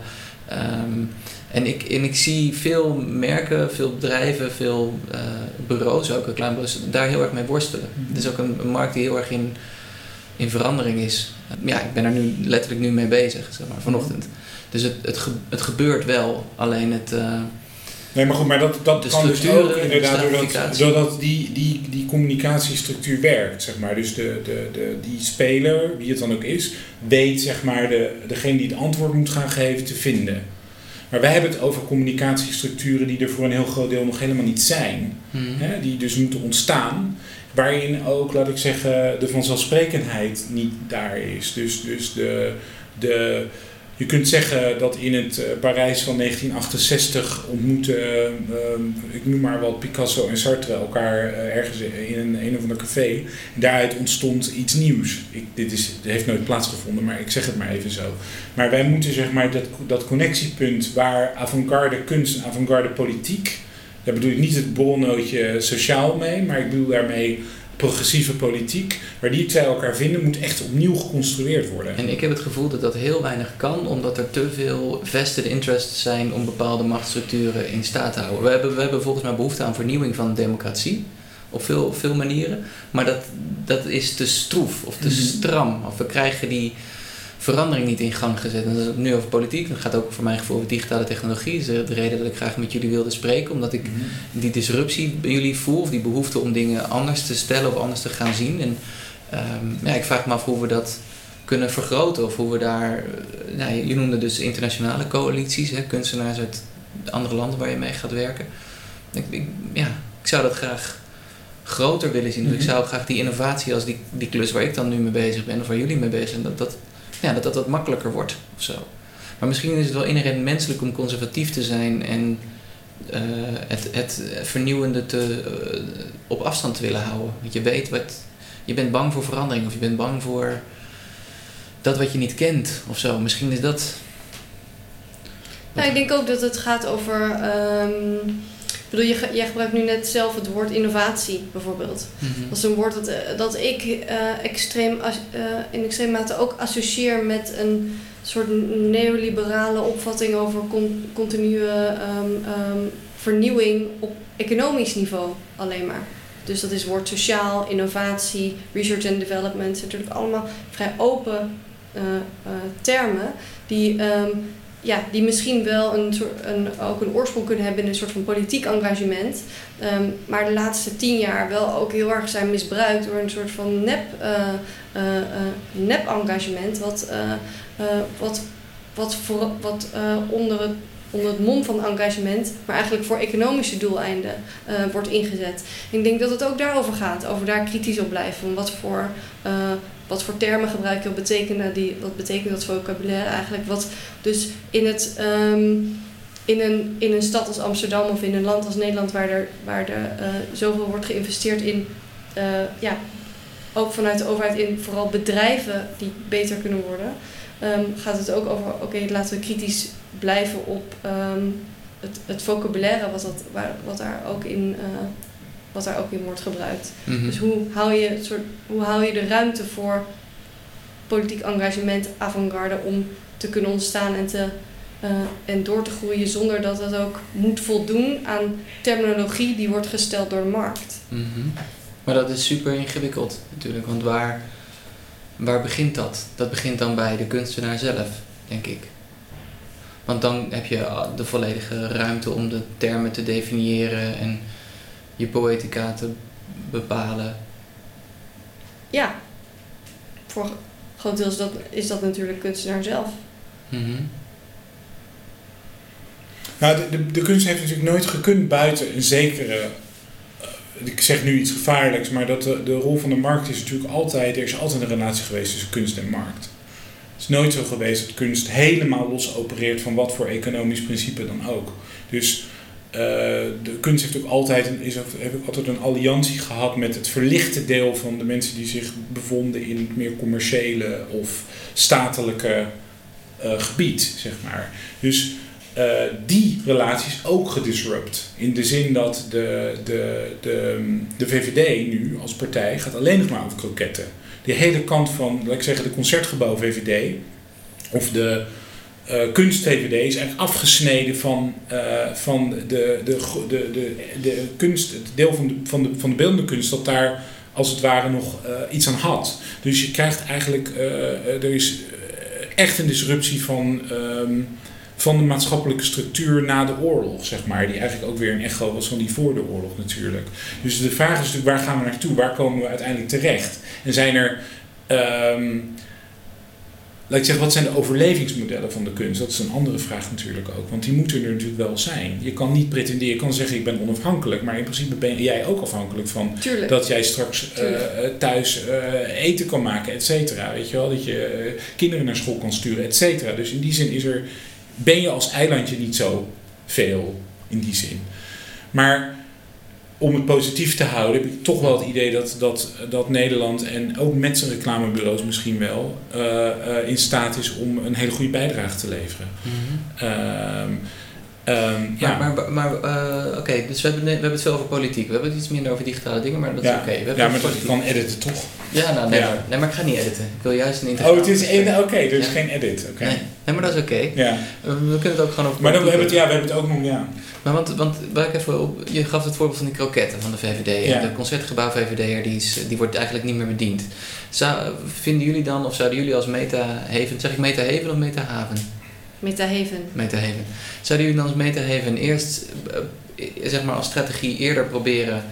Um, en, ik, en ik zie veel merken, veel bedrijven, veel uh, bureaus, ook reclamebureaus, daar heel erg mee worstelen. Het is ook een, een markt die heel erg in, in verandering is. Ja, ik ben er nu letterlijk nu mee bezig, zeg maar, vanochtend. Dus het, het, ge, het gebeurt wel, alleen het... Uh, Nee, maar goed, maar dat, dat kan dus ook inderdaad doordat, doordat die, die, die communicatiestructuur werkt, zeg maar. Dus de, de, de, die speler, wie het dan ook is, weet, zeg maar, de, degene die het antwoord moet gaan geven, te vinden. Maar wij hebben het over communicatiestructuren die er voor een heel groot deel nog helemaal niet zijn. Hmm. Hè, die dus moeten ontstaan, waarin ook, laat ik zeggen, de vanzelfsprekendheid niet daar is. Dus, dus de... de Je kunt zeggen dat in het uh, Parijs van negentien achtenzestig ontmoeten, uh, um, ik noem maar wat, Picasso en Sartre elkaar uh, ergens in een, een of ander café. En daaruit ontstond iets nieuws. Ik, dit is, dit heeft nooit plaatsgevonden, maar ik zeg het maar even zo. Maar wij moeten, zeg maar, dat, dat connectiepunt waar avant-garde kunst en avant-garde politiek, daar bedoel ik niet het borrelnootje sociaal mee, maar ik bedoel daarmee progressieve politiek, waar die twee elkaar vinden, moet echt opnieuw geconstrueerd worden. En ik heb het gevoel dat dat heel weinig kan, omdat er te veel vested interests zijn om bepaalde machtsstructuren in staat te houden. We hebben, we hebben volgens mij behoefte aan vernieuwing van de democratie, op veel, veel manieren, maar dat, dat is te stroef of te mm-hmm. stram, of we krijgen die verandering niet in gang gezet. En dat is het nu over politiek, dat gaat ook voor mijn gevoel over digitale technologie. Dat is de reden dat ik graag met jullie wilde spreken, omdat ik mm-hmm. die disruptie bij jullie voel, of die behoefte om dingen anders te stellen of anders te gaan zien. En um, ja, ik vraag me af hoe we dat kunnen vergroten, of hoe we daar, nou, je noemde dus internationale coalities, hè, kunstenaars uit andere landen waar je mee gaat werken. Ik, ik, ja, ik zou dat graag groter willen zien. Mm-hmm. Dus ik zou graag die innovatie als die, die klus waar ik dan nu mee bezig ben, of waar jullie mee bezig zijn, dat dat Ja, dat dat wat makkelijker wordt of zo. Maar misschien is het wel inherent menselijk om conservatief te zijn en uh, het, het vernieuwende te, uh, op afstand te willen houden. Want je weet wat, je bent bang voor verandering of je bent bang voor dat wat je niet kent of zo. Misschien is dat... Nou, ik denk ook dat het gaat over... Um, ik bedoel, je, jij gebruikt nu net zelf het woord innovatie bijvoorbeeld. Mm-hmm. Dat is een woord dat, dat ik uh, extreem, uh, in extreem mate ook associeer met een soort neoliberale opvatting over con, continue um, um, vernieuwing op economisch niveau alleen maar. Dus dat is het woord sociaal, innovatie, research and development. Het zijn natuurlijk allemaal vrij open uh, uh, termen die... Um, Ja, die misschien wel een soort, een, ook een oorsprong kunnen hebben in een soort van politiek engagement. Um, maar de laatste tien jaar wel ook heel erg zijn misbruikt door een soort van nep, uh, uh, uh, nep engagement. Wat, uh, uh, wat, wat, voor, wat uh, onder, het, onder het mom van engagement, maar eigenlijk voor economische doeleinden uh, wordt ingezet. En ik denk dat het ook daarover gaat, over daar kritisch op blijven. Wat voor... Uh, Wat voor termen gebruik je, wat betekenen die, wat betekent dat vocabulaire eigenlijk? Wat dus in, het, um, in, een, in een stad als Amsterdam of in een land als Nederland, waar er, waar er uh, zoveel wordt geïnvesteerd in, uh, ja, ook vanuit de overheid in vooral bedrijven die beter kunnen worden, um, gaat het ook over, oké, okay, laten we kritisch blijven op um, het, het vocabulaire wat, dat, waar, wat daar ook in... Uh, wat daar ook in wordt gebruikt. Mm-hmm. Dus hoe hou je het soort, hoe hou je de ruimte voor politiek engagement, avant-garde, om te kunnen ontstaan en, te, uh, en door te groeien zonder dat het ook moet voldoen aan terminologie die wordt gesteld door de markt. Mm-hmm. Maar dat is super ingewikkeld natuurlijk, want waar, waar begint dat? Dat begint dan bij de kunstenaar zelf, denk ik. Want dan heb je de volledige ruimte om de termen te definiëren en je poëtica te bepalen. Ja, voor groot deel is dat, is dat natuurlijk kunstenaar zelf. Mm-hmm. Nou, de, de, de kunst heeft natuurlijk nooit gekund buiten een zekere... Uh, ik zeg nu iets gevaarlijks, maar dat de, de rol van de markt is natuurlijk altijd... Er is altijd een relatie geweest tussen kunst en markt. Het is nooit zo geweest dat kunst helemaal los opereert van wat voor economisch principe dan ook. Dus... uh, de kunst heeft ook altijd, een, is ook, heeft ook altijd een alliantie gehad met het verlichte deel van de mensen die zich bevonden in het meer commerciële of statelijke uh, gebied, zeg maar. Dus uh, die relatie is ook gedisrupt. In de zin dat de, de, de, de V V D nu als partij gaat alleen nog maar over kroketten. Die hele kant van, laat ik zeggen, de Concertgebouw V V D of de uh, kunst V V D is eigenlijk afgesneden van, uh, van de, de, de, de, de kunst, het deel van de, van, de, van de beeldende kunst dat daar als het ware nog uh, iets aan had. Dus je krijgt eigenlijk, uh, er is echt een disruptie van, um, van de maatschappelijke structuur na de oorlog, zeg maar. Die eigenlijk ook weer een echo was van die voor de oorlog natuurlijk. Dus de vraag is natuurlijk, waar gaan we naartoe? Waar komen we uiteindelijk terecht? En zijn er, um, laat ik zeggen, wat zijn de overlevingsmodellen van de kunst? Dat is een andere vraag natuurlijk ook, want die moeten er natuurlijk wel zijn. Je kan niet pretenderen, je kan zeggen ik ben onafhankelijk, maar in principe ben jij ook afhankelijk van Tuurlijk. dat jij straks uh, thuis uh, eten kan maken, et cetera. Weet je wel, dat je uh, kinderen naar school kan sturen, et cetera. Dus in die zin is er, ben je als eilandje niet zo veel in die zin. Maar om het positief te houden, heb ik toch wel het idee dat, dat, dat Nederland en ook met zijn reclamebureaus misschien wel uh, uh, in staat is om een hele goede bijdrage te leveren. Mm-hmm. Um, um, ja. Maar, maar, maar uh, oké, okay, dus we hebben, we hebben het veel over politiek. We hebben het iets minder over digitale dingen, maar dat is ja. oké. Okay. Ja, maar dat kan editen toch? Ja, nou nee, ja. Maar, nee, maar ik ga niet editen. Ik wil juist een integraal. Oh, het is één, oké, okay, dus ja. geen edit. Okay. Nee. nee, maar dat is oké. Okay. Ja. We, we kunnen het ook gewoon over maar dan, we hebben het, ja, we hebben het ook nog, ja. Maar want, want waar ik even op, je gaf het voorbeeld van die kroketten van de V V D. Ja. En de Concertgebouw V V D'er, die, is, die wordt eigenlijk niet meer bediend. Zou, vinden jullie dan, of zouden jullie als Metahaven, zeg ik Metahaven of Metahaven? Metahaven. Metahaven. Zouden jullie dan als Metahaven eerst, zeg maar als strategie eerder proberen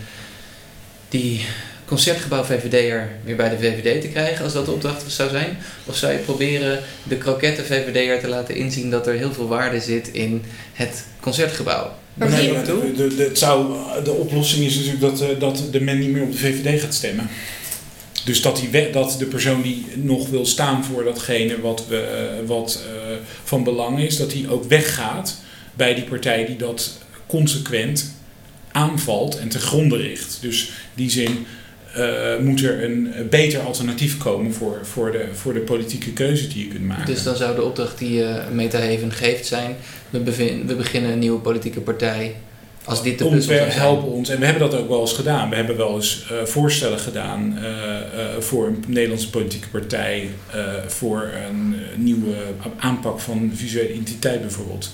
die Concertgebouw V V D'er weer bij de V V D te krijgen, als dat de opdracht zou zijn? Of zou je proberen de kroketten V V D'er te laten inzien dat er heel veel waarde zit in het Concertgebouw? Maar nee, wie... de, de, de, het zou, de oplossing is natuurlijk dat, dat de men niet meer op de V V D gaat stemmen. Dus dat, die, dat de persoon die nog wil staan voor datgene wat, we, wat uh, van belang is, dat die ook weggaat bij die partij die dat consequent aanvalt en te gronde richt. Dus in die zin uh, moet er een beter alternatief komen voor, voor, de, voor de politieke keuze die je kunt maken. Dus dan zou de opdracht die uh, Metahaven geeft zijn, we, bevin, we beginnen een nieuwe politieke partij. Als dit de puzzel zou zijn. Helpen ons. En we hebben dat ook wel eens gedaan. We hebben wel eens uh, voorstellen gedaan uh, uh, voor een Nederlandse politieke partij, uh, voor een uh, nieuwe aanpak van visuele identiteit bijvoorbeeld.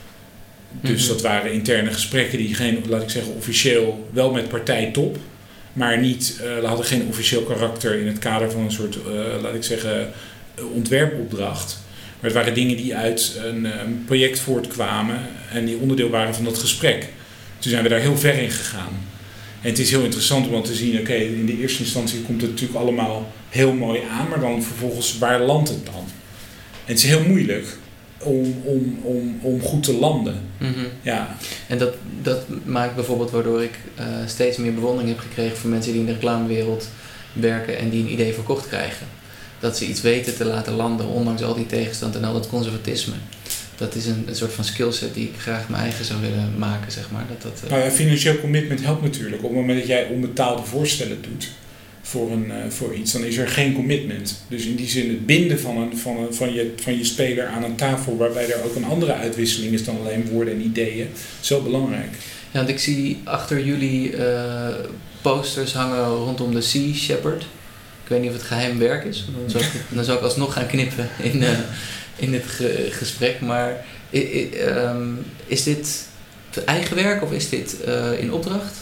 Dus mm-hmm. dat waren interne gesprekken die geen, laat ik zeggen, officieel wel met partijtop, maar niet, uh, hadden geen officieel karakter in het kader van een soort, uh, laat ik zeggen, ontwerpopdracht. Maar het waren dingen die uit een, een project voortkwamen en die onderdeel waren van dat gesprek. Toen zijn we daar heel ver in gegaan. En het is heel interessant om te zien, oké, okay, in de eerste instantie komt het natuurlijk allemaal heel mooi aan, maar dan vervolgens, waar landt het dan? En het is heel moeilijk om, om, om, om goed te landen. Mm-hmm. Ja. En dat, dat maakt bijvoorbeeld waardoor ik uh, steeds meer bewondering heb gekregen voor mensen die in de reclamewereld werken en die een idee verkocht krijgen. Dat ze iets weten te laten landen, ondanks al die tegenstand en al dat conservatisme. Dat is een, een soort van skillset die ik graag mijn eigen zou willen maken, zeg maar. Dat, dat, uh... nou ja, financieel commitment helpt natuurlijk. Op het moment dat jij onbetaalde voorstellen doet voor, een, uh, voor iets, dan is er geen commitment. Dus in die zin het binden van, een, van, een, van, je, van je speler aan een tafel, waarbij er ook een andere uitwisseling is dan alleen woorden en ideeën, is wel belangrijk. Ja, want ik zie achter jullie uh, posters hangen rondom de Sea Shepherd. Ik weet niet of het geheim werk is. Dan zou ik, dan zou ik alsnog gaan knippen in, uh, in het ge- gesprek. Maar i- i- um, is dit eigen werk of is dit uh, in opdracht?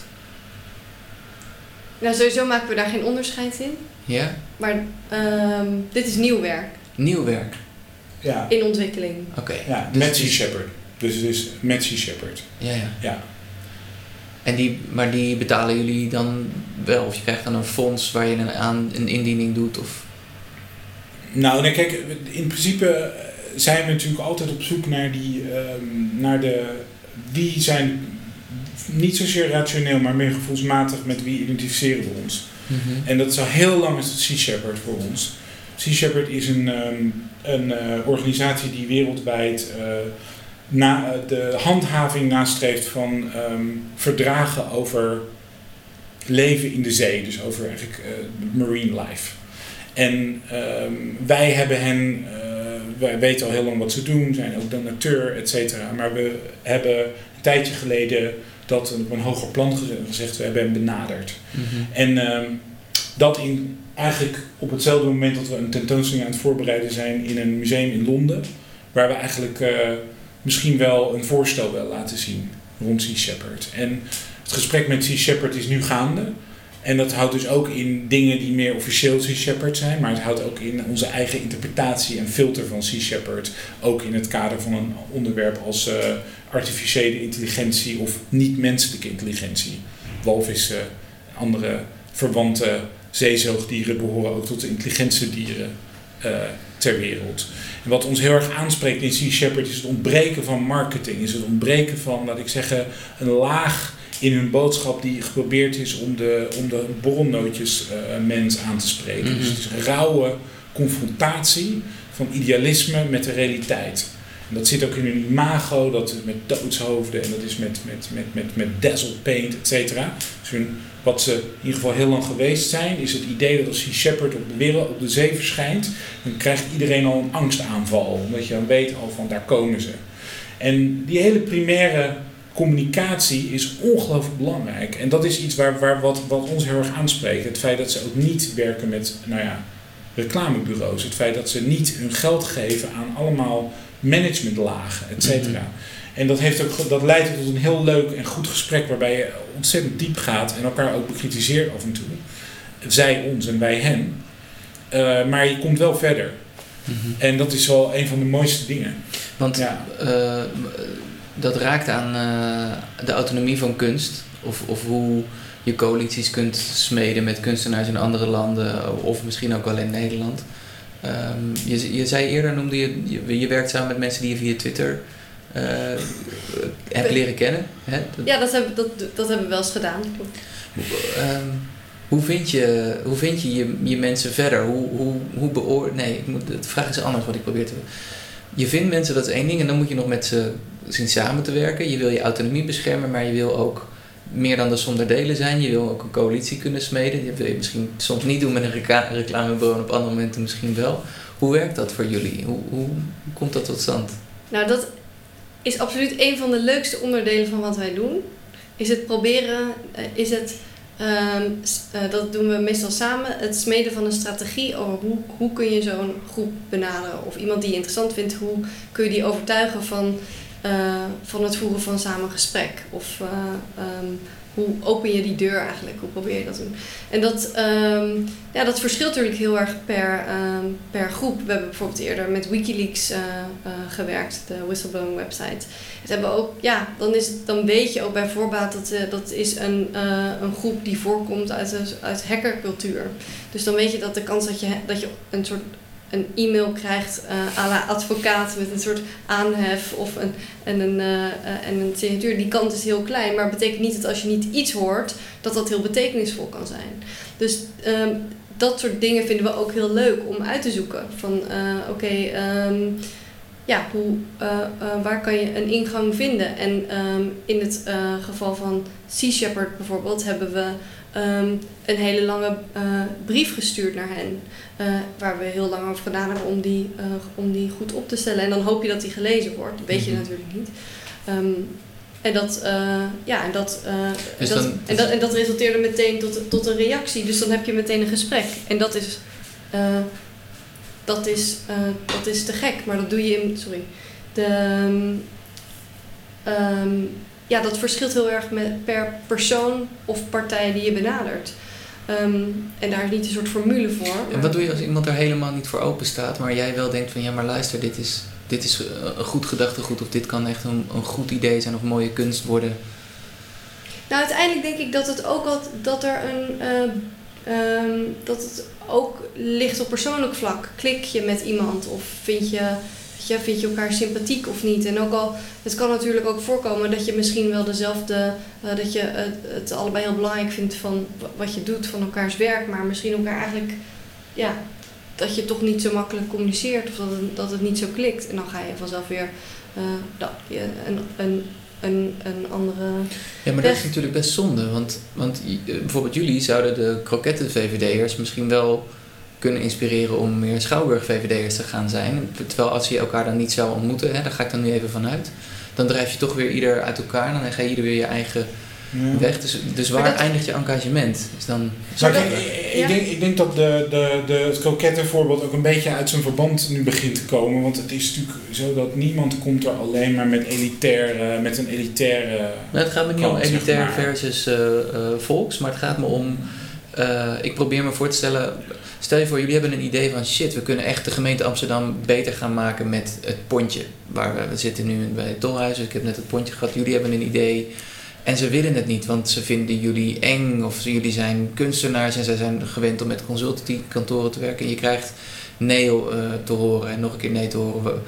Nou, sowieso maken we daar geen onderscheid in. Ja? Maar um, dit is nieuw werk. Nieuw werk? Ja. In ontwikkeling. Oké. Okay. Ja, dus met Sea Shepherd. Dus het is met Sea Shepherd. Ja, ja. Ja. En die, maar die betalen jullie dan wel? Of je krijgt dan een fonds waar je een, aan, een indiening doet? Of? Nou, nee, kijk, in principe zijn we natuurlijk altijd op zoek naar die, um, naar de, wie zijn, niet zozeer rationeel, maar meer gevoelsmatig met wie identificeren we ons. Mm-hmm. En dat is al heel lang is het Sea Shepherd voor ons. Sea Shepherd is een, um, een uh, organisatie die wereldwijd uh, na, de handhaving nastreeft van um, verdragen over leven in de zee. Dus over eigenlijk uh, marine life. En um, wij hebben hen, uh, wij weten al heel lang wat ze doen, zijn ook donateur, et cetera. Maar we hebben een tijdje geleden dat op een hoger plan gezegd, we hebben hem benaderd. Mm-hmm. En um, dat in eigenlijk op hetzelfde moment dat we een tentoonstelling aan het voorbereiden zijn in een museum in Londen, waar we eigenlijk uh, misschien wel een voorstel willen laten zien rond Sea Shepherd. En het gesprek met Sea Shepherd is nu gaande. En dat houdt dus ook in dingen die meer officieel Sea Shepherd zijn, maar het houdt ook in onze eigen interpretatie en filter van Sea Shepherd. Ook in het kader van een onderwerp als uh, artificiële intelligentie of niet-menselijke intelligentie. Walvissen, andere verwante zeezoogdieren behoren ook tot de intelligentste dieren uh, ter wereld. En wat ons heel erg aanspreekt in Sea Shepherd is het ontbreken van marketing, is het ontbreken van, laat ik zeggen, een laag in hun boodschap die geprobeerd is om de, om de borrelnootjes uh, mens aan te spreken. Mm-hmm. Dus het is een rauwe confrontatie van idealisme met de realiteit. En dat zit ook in hun imago, dat is met doodshoofden en dat is met, met, met, met, met dazzle paint, et cetera. Dus hun, wat ze in ieder geval heel lang geweest zijn, is het idee dat als Sea Shepherd op de wereld, op de zee verschijnt, dan krijgt iedereen al een angstaanval. Omdat je dan weet al van daar komen ze. En die hele primaire communicatie is ongelooflijk belangrijk. En dat is iets waar, waar wat, wat ons heel erg aanspreekt. Het feit dat ze ook niet werken met, nou ja, reclamebureaus. Het feit dat ze niet hun geld geven aan allemaal managementlagen, et cetera. Mm-hmm. En dat, heeft ook, dat leidt tot een heel leuk en goed gesprek waarbij je ontzettend diep gaat en elkaar ook bekritiseert af en toe. Zij ons en wij hen. Uh, maar je komt wel verder. Mm-hmm. En dat is wel een van de mooiste dingen. Want ja. uh, dat raakt aan uh, de autonomie van kunst. Of, of hoe je coalities kunt smeden met kunstenaars in andere landen. Of misschien ook wel in Nederland. Um, je, je zei eerder, noemde je, je, je werkt samen met mensen die je via Twitter uh, hebt leren kennen. Hè? Dat, ja, dat, heb, dat, dat hebben we wel eens gedaan. Um, hoe vind je, hoe vind je, je je mensen verder? Hoe, hoe, hoe beoor... Nee, ik moet, de vraag is anders wat ik probeer te doen. Je vindt mensen, dat is één ding, en dan moet je nog met ze zien samen te werken. Je wil je autonomie beschermen, maar je wil ook meer dan de zonder delen zijn. Je wil ook een coalitie kunnen smeden. Dat wil je misschien soms niet doen met een reka- reclamebureau en op andere momenten misschien wel. Hoe werkt dat voor jullie? Hoe, hoe, hoe komt dat tot stand? Nou, dat is absoluut een van de leukste onderdelen van wat wij doen. Is het proberen, is het, um, uh, dat doen we meestal samen, het smeden van een strategie over hoe, hoe kun je zo'n groep benaderen. Of iemand die je interessant vindt, hoe kun je die overtuigen van, uh, van het voeren van samen gesprek. Of uh, um, hoe open je die deur eigenlijk, hoe probeer je dat te doen. En dat, um, ja, dat verschilt natuurlijk heel erg per, um, per groep. We hebben bijvoorbeeld eerder met Wikileaks uh, uh, gewerkt, de whistleblowing website. Het hebben ook, ja, dan, is het, dan weet je ook bij voorbaat dat uh, dat is een, uh, een groep die voorkomt uit, uit hackercultuur. Dus dan weet je dat de kans dat je, dat je een soort een e-mail krijgt uh, à la advocaat met een soort aanhef of een, en, een, uh, uh, en een signatuur, die kans is heel klein. Maar het betekent niet dat als je niet iets hoort, dat dat heel betekenisvol kan zijn. Dus um, dat soort dingen vinden we ook heel leuk om uit te zoeken. Van uh, oké, okay, um, ja, hoe, uh, uh, waar kan je een ingang vinden? En um, in het uh, geval van Sea Shepherd bijvoorbeeld hebben we um, een hele lange uh, brief gestuurd naar hen. Uh, waar we heel lang over gedaan hebben om die, uh, om die goed op te stellen. En dan hoop je dat die gelezen wordt. Dat weet je mm-hmm. natuurlijk niet. Um, en, dat, uh, ja, en, dat, uh, dus en, dat, dan, en, dat, en dat resulteerde meteen tot, tot een reactie. Dus dan heb je meteen een gesprek. En dat is, uh, dat is, uh, dat is te gek. Maar dat doe je in... Sorry. De, um, um, ja, dat verschilt heel erg met, per persoon of partij die je benadert. Um, en daar is niet een soort formule voor. En wat doe je als iemand er helemaal niet voor open staat, maar jij wel denkt van ja, maar luister, dit is, dit is een goed gedachtegoed of dit kan echt een, een goed idee zijn of mooie kunst worden? Nou, uiteindelijk denk ik dat het ook al, dat er een uh, um, dat het ook ligt op persoonlijk vlak. Klik je met iemand of vind je, je, vind je elkaar sympathiek of niet? En ook al, het kan natuurlijk ook voorkomen dat je misschien wel dezelfde, uh, dat je uh, het allebei heel belangrijk vindt van wat je doet, van elkaars werk, maar misschien elkaar eigenlijk, ja, dat je toch niet zo makkelijk communiceert of dat het, dat het niet zo klikt. En dan ga je vanzelf weer uh, dat je een, een, een, een andere Ja, maar weg. dat is natuurlijk best zonde. Want, want uh, bijvoorbeeld jullie zouden de kroketten-V V D'ers misschien wel kunnen inspireren om meer Schouwburg-V V D'ers te gaan zijn. Terwijl als je elkaar dan niet zou ontmoeten, hè, daar ga ik dan nu even vanuit, dan drijf je toch weer ieder uit elkaar en dan ga je ieder weer je eigen ja. weg. Dus, dus waar dat... eindigt je engagement? Is dan... Maar ik, ik, ik, denk, ik denk dat de, de, de, het krokettenvoorbeeld ook een beetje uit zijn verband nu begint te komen. Want het is natuurlijk zo dat niemand komt er alleen maar met elitaire, met een elitaire... Nou, het gaat me niet kant, om elitair zeg maar. versus uh, uh, volks, maar het gaat me om... Uh, ik probeer me voor te stellen... Stel je voor, jullie hebben een idee van shit, we kunnen echt de gemeente Amsterdam beter gaan maken met het pontje. Waar we, we zitten nu bij het Tolhuis, dus ik heb net het pontje gehad. Jullie hebben een idee en ze willen het niet, want ze vinden jullie eng. Of jullie zijn kunstenaars en zij zijn gewend om met consultancykantoren te werken. En je krijgt nee uh, te horen en nog een keer nee te horen.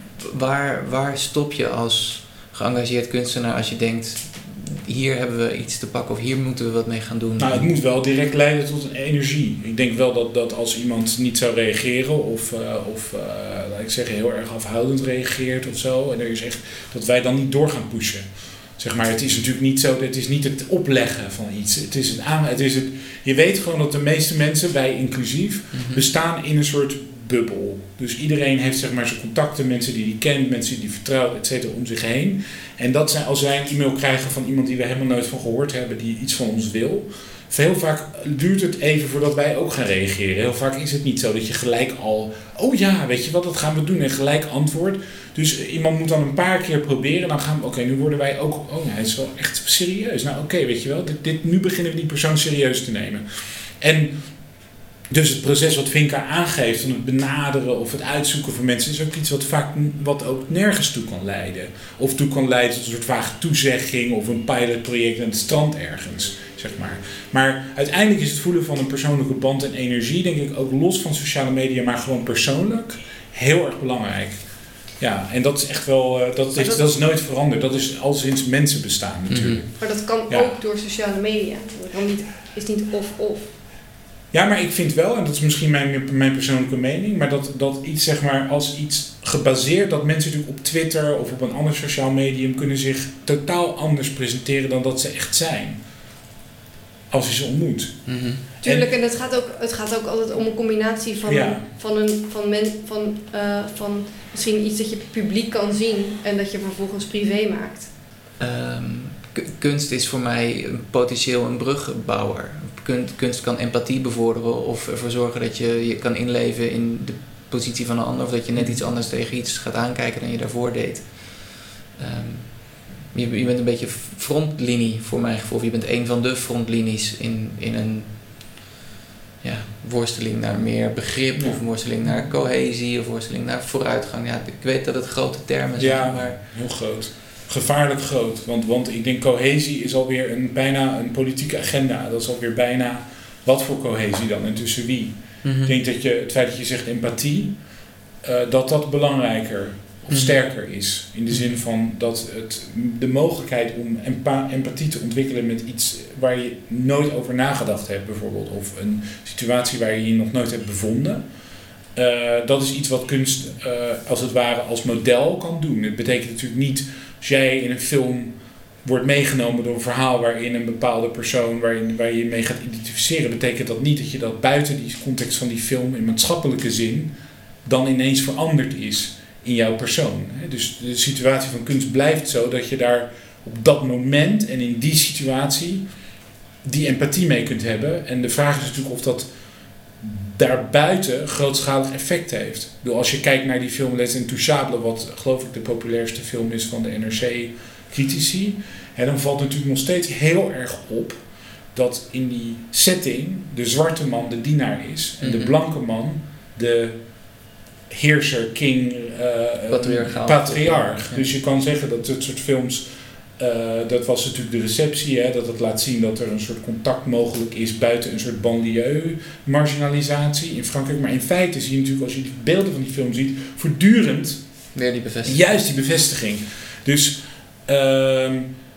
Waar, waar stop je als geëngageerd kunstenaar als je denkt... hier hebben we iets te pakken of hier moeten we wat mee gaan doen? Nou, het moet wel direct leiden tot een energie. Ik denk wel dat, dat als iemand niet zou reageren of, uh, of uh, laat ik zeggen, heel erg afhoudend reageert of zo, en er is echt, dat wij dan niet door gaan pushen. Zeg maar, het is natuurlijk niet zo, het is niet het opleggen van iets. Het is het aan, het is het, je weet gewoon dat de meeste mensen, wij inclusief, mm-hmm. bestaan in een soort bubbel. Dus iedereen heeft zeg maar zijn contacten, mensen die die kent, mensen die die vertrouwt, et cetera, om zich heen. En dat zijn, als wij een e-mail krijgen van iemand die we helemaal nooit van gehoord hebben, die iets van ons wil, heel vaak duurt het even voordat wij ook gaan reageren. Heel vaak is het niet zo dat je gelijk al, oh ja, weet je wat, dat gaan we doen, en gelijk antwoord. Dus iemand moet dan een paar keer proberen, dan gaan we, oké, okay, nu worden wij ook, oh ja, het is wel echt serieus. Nou oké, okay, weet je wel, dit, dit, nu beginnen we die persoon serieus te nemen. En dus het proces wat Vinka aangeeft van het benaderen of het uitzoeken van mensen is ook iets wat vaak wat ook nergens toe kan leiden. Of toe kan leiden tot een soort vage toezegging of een pilotproject aan het strand ergens, zeg maar. Maar uiteindelijk is het voelen van een persoonlijke band en energie, denk ik ook los van sociale media, maar gewoon persoonlijk, heel erg belangrijk. Ja, en dat is echt wel, uh, dat, is, dat, dat is nooit veranderd. Dat is al sinds mensen bestaan natuurlijk. Mm-hmm. Maar dat kan ja. ook door sociale media. Dat kan niet, is niet of-of. Ja, maar ik vind wel, en dat is misschien mijn, mijn persoonlijke mening, maar dat, dat iets, zeg maar, als iets gebaseerd, dat mensen natuurlijk op Twitter of op een ander sociaal medium kunnen zich totaal anders presenteren dan dat ze echt zijn. Als je ze ontmoet. Mm-hmm. Tuurlijk, en, en het, gaat ook, het gaat ook altijd om een combinatie van, ja. een, van, een, van, men, van, uh, van misschien iets dat je publiek kan zien en dat je vervolgens privé maakt. Um, k- kunst is voor mij potentieel een bruggenbouwer. Kunst kan empathie bevorderen of ervoor zorgen dat je je kan inleven in de positie van een ander of dat je net iets anders tegen iets gaat aankijken dan je daarvoor deed. Um, je, je bent een beetje frontlinie voor mijn gevoel. Je bent een van de frontlinies in, in een ja, worsteling naar meer begrip ja. of worsteling naar cohesie of worsteling naar vooruitgang. Ja, ik weet dat het grote termen zijn, ja, maar... heel groot. Gevaarlijk groot, want, want ik denk cohesie is alweer een, bijna een politieke agenda. Dat is alweer bijna, wat voor cohesie dan en tussen wie? Mm-hmm. Ik denk dat je, het feit dat je zegt empathie, uh, dat dat belangrijker of mm-hmm. sterker is. In de zin van dat het, de mogelijkheid om empa- empathie te ontwikkelen met iets waar je nooit over nagedacht hebt bijvoorbeeld. Of een situatie waar je je nog nooit hebt bevonden. Uh, dat is iets wat kunst uh, als het ware als model kan doen. Het betekent natuurlijk niet... Als jij in een film wordt meegenomen door een verhaal waarin een bepaalde persoon waarin, waar je je mee gaat identificeren, betekent dat niet dat je dat buiten die context van die film in maatschappelijke zin dan ineens veranderd is in jouw persoon. Dus de situatie van kunst blijft zo dat je daar op dat moment en in die situatie die empathie mee kunt hebben. En de vraag is natuurlijk of dat daarbuiten grootschalig effect heeft. Dus als je kijkt naar die film Les Intouchables, wat geloof ik de populairste film is van de N R C-critici, hè, dan valt natuurlijk nog steeds heel erg op dat in die setting de zwarte man de dienaar is en mm-hmm. de blanke man de heerser, king, uh, patriarch. Ja. Dus je kan zeggen dat dit soort films... Uh, dat was natuurlijk de receptie, hè, dat het laat zien dat er een soort contact mogelijk is buiten een soort banlieue-marginalisatie in Frankrijk. Maar in feite zie je natuurlijk, als je die beelden van die film ziet, voortdurend weer die bevestiging. Juist die bevestiging. Dus uh,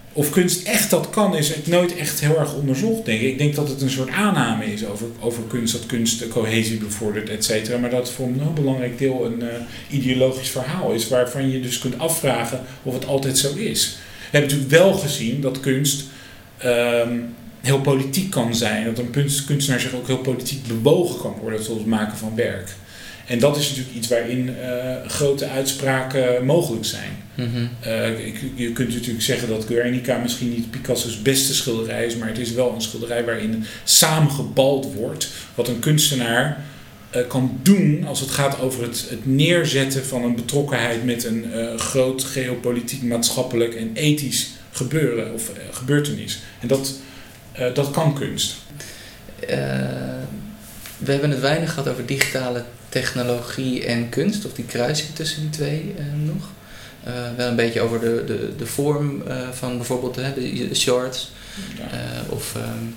of kunst echt dat kan, is het nooit echt heel erg onderzocht, denk ik. Ik denk dat het een soort aanname is over, over kunst, dat kunst de cohesie bevordert, et cetera. Maar dat het voor een heel belangrijk deel een uh, ideologisch verhaal is, waarvan je dus kunt afvragen of het altijd zo is. We hebben natuurlijk wel gezien dat kunst um, heel politiek kan zijn. Dat een kunst, kunstenaar zich ook heel politiek bewogen kan worden, zoals het maken van werk. En dat is natuurlijk iets waarin uh, grote uitspraken mogelijk zijn. Mm-hmm. Uh, je kunt natuurlijk zeggen dat Guernica misschien niet Picasso's beste schilderij is, maar het is wel een schilderij waarin samengebald wordt wat een kunstenaar uh, kan doen als het gaat over het, het neerzetten van een betrokkenheid met een uh, groot geopolitiek, maatschappelijk en ethisch gebeuren of uh, gebeurtenis. En dat, uh, dat kan kunst. Uh, we hebben het weinig gehad over digitale technologie en kunst, of die kruising tussen die twee uh, nog. Uh, wel een beetje over de, de, de vorm uh, van bijvoorbeeld uh, de, de shorts. Ja. Uh, of um,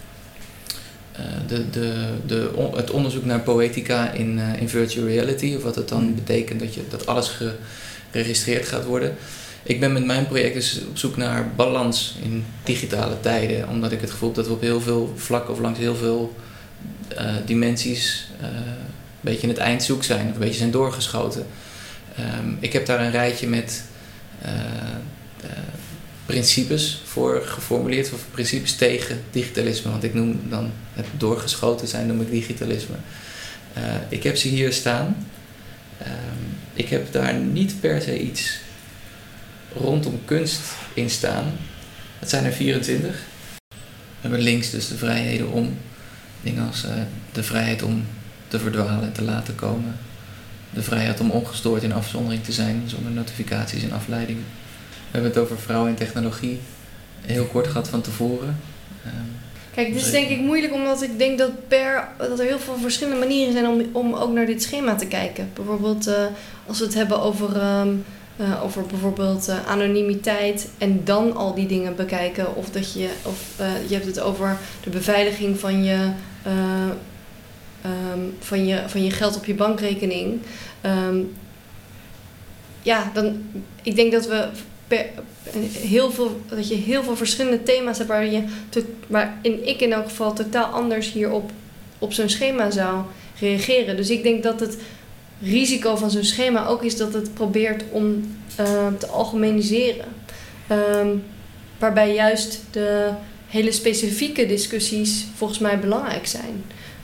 uh, de, de, de, on, het onderzoek naar poëtica in, uh, in virtual reality. Of wat het dan mm. betekent dat, je, dat alles geregistreerd gaat worden. Ik ben met mijn project dus op zoek naar balans in digitale tijden. Omdat ik het gevoel heb dat we op heel veel vlakken of langs heel veel uh, dimensies uh, een beetje in het eindzoek zijn, of een beetje zijn doorgeschoten. Um, ik heb daar een rijtje met uh, uh, principes voor geformuleerd, of principes tegen digitalisme, want ik noem dan het doorgeschoten zijn, noem ik digitalisme. Uh, ik heb ze hier staan. Um, ik heb daar niet per se iets rondom kunst in staan. Het zijn er vierentwintig. We hebben links dus de vrijheden om, dingen als uh, de vrijheid om te verdwalen en te laten komen. De vrijheid om ongestoord in afzondering te zijn, zonder notificaties en afleidingen. We hebben het over vrouwen en technologie heel kort gehad van tevoren. Um, Kijk, dit is denk ik moeilijk, omdat ik denk dat, per, dat er heel veel verschillende manieren zijn om, om ook naar dit schema te kijken. Bijvoorbeeld uh, als we het hebben over, um, uh, over bijvoorbeeld uh, anonimiteit en dan al die dingen bekijken. Of dat je, of uh, je hebt het over de beveiliging van je... Uh, Um, van, je, van je geld op je bankrekening. Um, ja, dan, ik denk dat we per, heel veel, dat je heel veel verschillende thema's hebt waar je, to, waarin ik in elk geval totaal anders hierop op zo'n schema zou reageren. Dus ik denk dat het risico van zo'n schema ook is dat het probeert om uh, te algemeniseren. Um, waarbij juist de hele specifieke discussies volgens mij belangrijk zijn.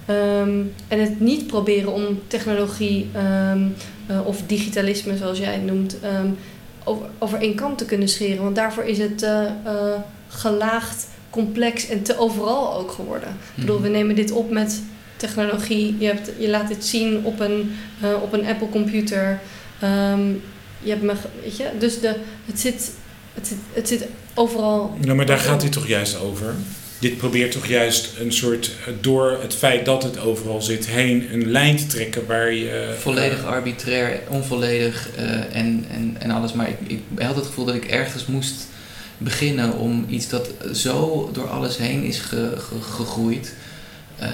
Um, en het niet proberen om technologie um, uh, of digitalisme, zoals jij het noemt, um, over, over één kant te kunnen scheren. Want daarvoor is het uh, uh, gelaagd, complex en te overal ook geworden. Mm-hmm. Ik bedoel, we nemen dit op met technologie. Je, hebt, je laat dit zien op een, uh, op een Apple computer. Um, je hebt me, weet je, dus de, het, zit, het, zit, het zit overal. Nou, maar daar overal. Gaat dit toch juist over? Dit probeert toch juist een soort, door het feit dat het overal zit, heen een lijn te trekken waar je... Volledig uh, arbitrair, onvolledig uh, en, en, en alles. Maar ik, ik had het gevoel dat ik ergens moest beginnen om iets dat zo door alles heen is ge, ge, gegroeid. Uh,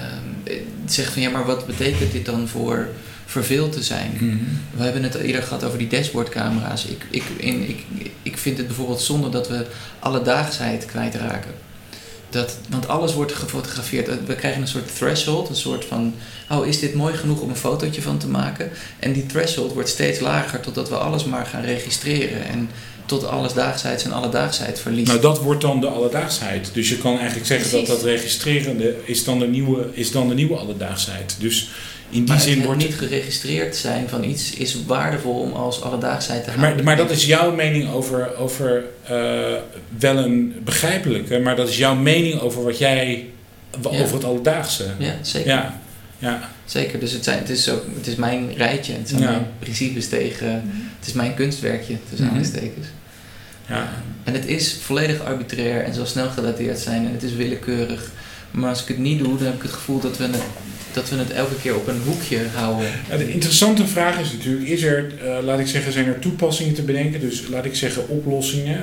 zeg van ja, maar wat betekent dit dan voor verveeld te zijn? Mm-hmm. We hebben het eerder gehad over die dashboardcamera's. Ik, ik, in, ik, ik vind het bijvoorbeeld zonde dat we alledaagsheid kwijtraken. Dat, want alles wordt gefotografeerd. We krijgen een soort threshold, een soort van... oh, is dit mooi genoeg om een fotootje van te maken? En die threshold wordt steeds lager totdat we alles maar gaan registreren. En tot alledaagsheid zijn alledaagsheid verliest. Nou, dat wordt dan de alledaagsheid. Dus je kan eigenlijk zeggen Precies. dat dat registrerende is dan de nieuwe, is dan de nieuwe alledaagsheid. Dus in die maar zin het wordt niet geregistreerd zijn van iets is waardevol om als alledaagsheid te houden. Maar, maar dat is jouw mening over, over uh, wel een begrijpelijke, maar dat is jouw mening over wat jij over ja. het alledaagse. Ja, zeker. Ja, ja. Zeker. Dus het, zijn, het, is ook, het is mijn rijtje, het zijn ja. mijn principes tegen, mm-hmm. het is mijn kunstwerkje tussen mm-hmm. aanstekens. Ja. En het is volledig arbitrair en zal snel gedateerd zijn en het is willekeurig. Maar als ik het niet doe, dan heb ik het gevoel dat we het, dat we het elke keer op een hoekje houden. Ja, de interessante vraag is natuurlijk, is er, uh, laat ik zeggen, zijn er toepassingen te bedenken? Dus laat ik zeggen oplossingen,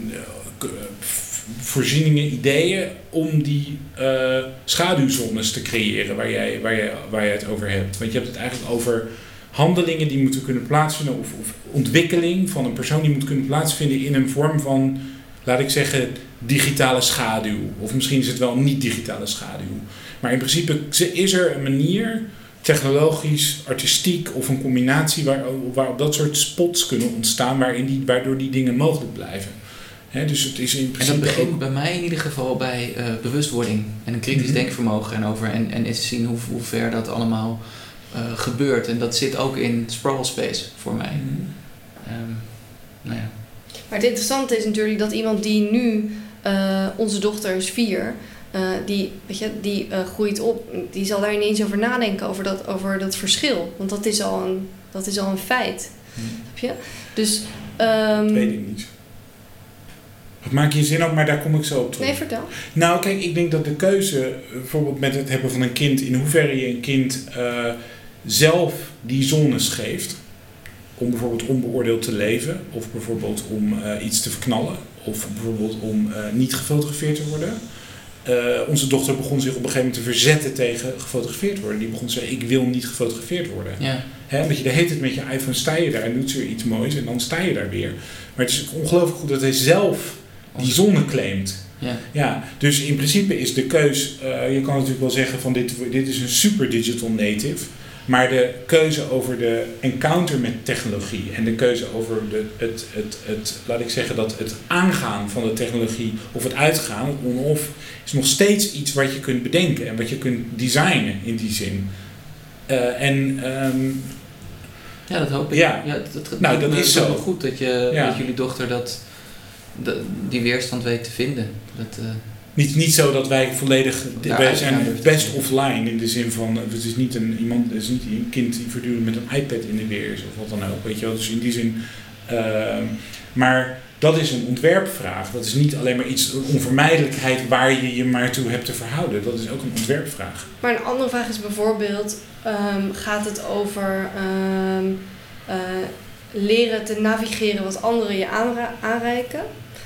uh, voorzieningen, ideeën om die uh, schaduwzones te creëren waar jij, waar, jij, waar jij het over hebt. Want je hebt het eigenlijk over handelingen die moeten kunnen plaatsvinden of, of ontwikkeling van een persoon die moet kunnen plaatsvinden in een vorm van laat ik zeggen, digitale schaduw. Of misschien is het wel niet digitale schaduw. Maar in principe is er een manier, technologisch, artistiek of een combinatie waar, waarop dat soort spots kunnen ontstaan, waarin die, waardoor die dingen mogelijk blijven. He, dus het is in principe en dat begint ook bij mij in ieder geval bij uh, bewustwording en een kritisch mm-hmm. denkvermogen en over en, en eens zien hoe, hoe ver dat allemaal uh, gebeurt. En dat zit ook in sprawl space voor mij. Mm-hmm. Um, nou ja. Maar het interessante is natuurlijk dat iemand die nu, uh, onze dochter is vier, uh, die, weet je, die uh, groeit op, die zal daar ineens over nadenken, over dat, over dat verschil. Want dat is al een, dat is al een feit. Mm-hmm. Snap je? Dus, um, dat weet ik niet. Wat maak je zin op, maar daar kom ik zo op terug. Nee, vertel. Nou, kijk, ik denk dat de keuze, bijvoorbeeld met het hebben van een kind, in hoeverre je een kind uh, zelf die zones geeft, om bijvoorbeeld onbeoordeeld te leven, of bijvoorbeeld om uh, iets te verknallen, of bijvoorbeeld om uh, niet gefotografeerd te worden. Uh, onze dochter begon zich op een gegeven moment te verzetten tegen gefotografeerd worden. Die begon te zeggen, ik wil niet gefotografeerd worden. Ja. Hè, dat je de hele tijd met je iPhone sta je daar en doet ze weer iets moois en dan sta je daar weer. Maar het is ongelooflijk goed dat hij zelf die zone claimt. Ja. Ja, dus in principe is de keus, uh, je kan natuurlijk wel zeggen van dit, dit is een super digital native, maar de keuze over de encounter met technologie en de keuze over de, het, het, het, laat ik zeggen dat het aangaan van de technologie of het uitgaan, het on-off, is nog steeds iets wat je kunt bedenken en wat je kunt designen in die zin. Uh, en um, ja, dat hoop ik. Ja, ja dat, dat, nou, dat dat is zo goed dat, je, ja. dat jullie dochter dat De, die weerstand weet te vinden. Dat, uh... niet, niet zo dat wij volledig, ja, wij zijn best offline in de zin van, het is niet een, iemand, het is niet een kind die voortdurend met een iPad in de weer is of wat dan ook, weet je wel. Dus in die zin, uh, maar dat is een ontwerpvraag. Dat is niet alleen maar iets, een onvermijdelijkheid waar je je maar toe hebt te verhouden. Dat is ook een ontwerpvraag. Maar een andere vraag is bijvoorbeeld, um, gaat het over um, uh, leren te navigeren wat anderen je aanra- aanreiken?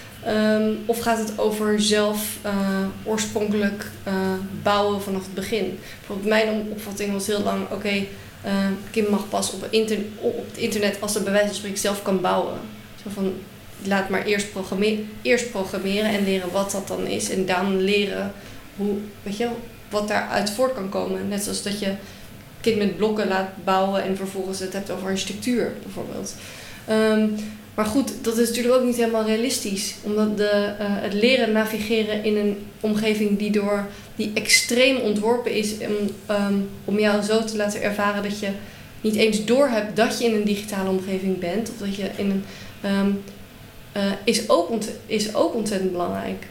Um, of gaat het over zelf uh, oorspronkelijk uh, bouwen vanaf het begin? Bijvoorbeeld mijn opvatting was heel lang, oké, okay, uh, kind mag pas op, inter- op het internet als het bij wijze van spreken zelf kan bouwen. Zo van, laat maar eerst, programme- eerst programmeren en leren wat dat dan is. En dan leren hoe, weet je, wat daaruit voort kan komen. Net zoals dat je kind met blokken laat bouwen en vervolgens het hebt over architectuur bijvoorbeeld. Um, maar goed, dat is natuurlijk ook niet helemaal realistisch. Omdat de, uh, het leren navigeren in een omgeving die, door, die extreem ontworpen is om, um, om jou zo te laten ervaren dat je niet eens doorhebt dat je in een digitale omgeving bent. Of dat je in een... Um, uh, is, ook ont- is ook ontzettend belangrijk.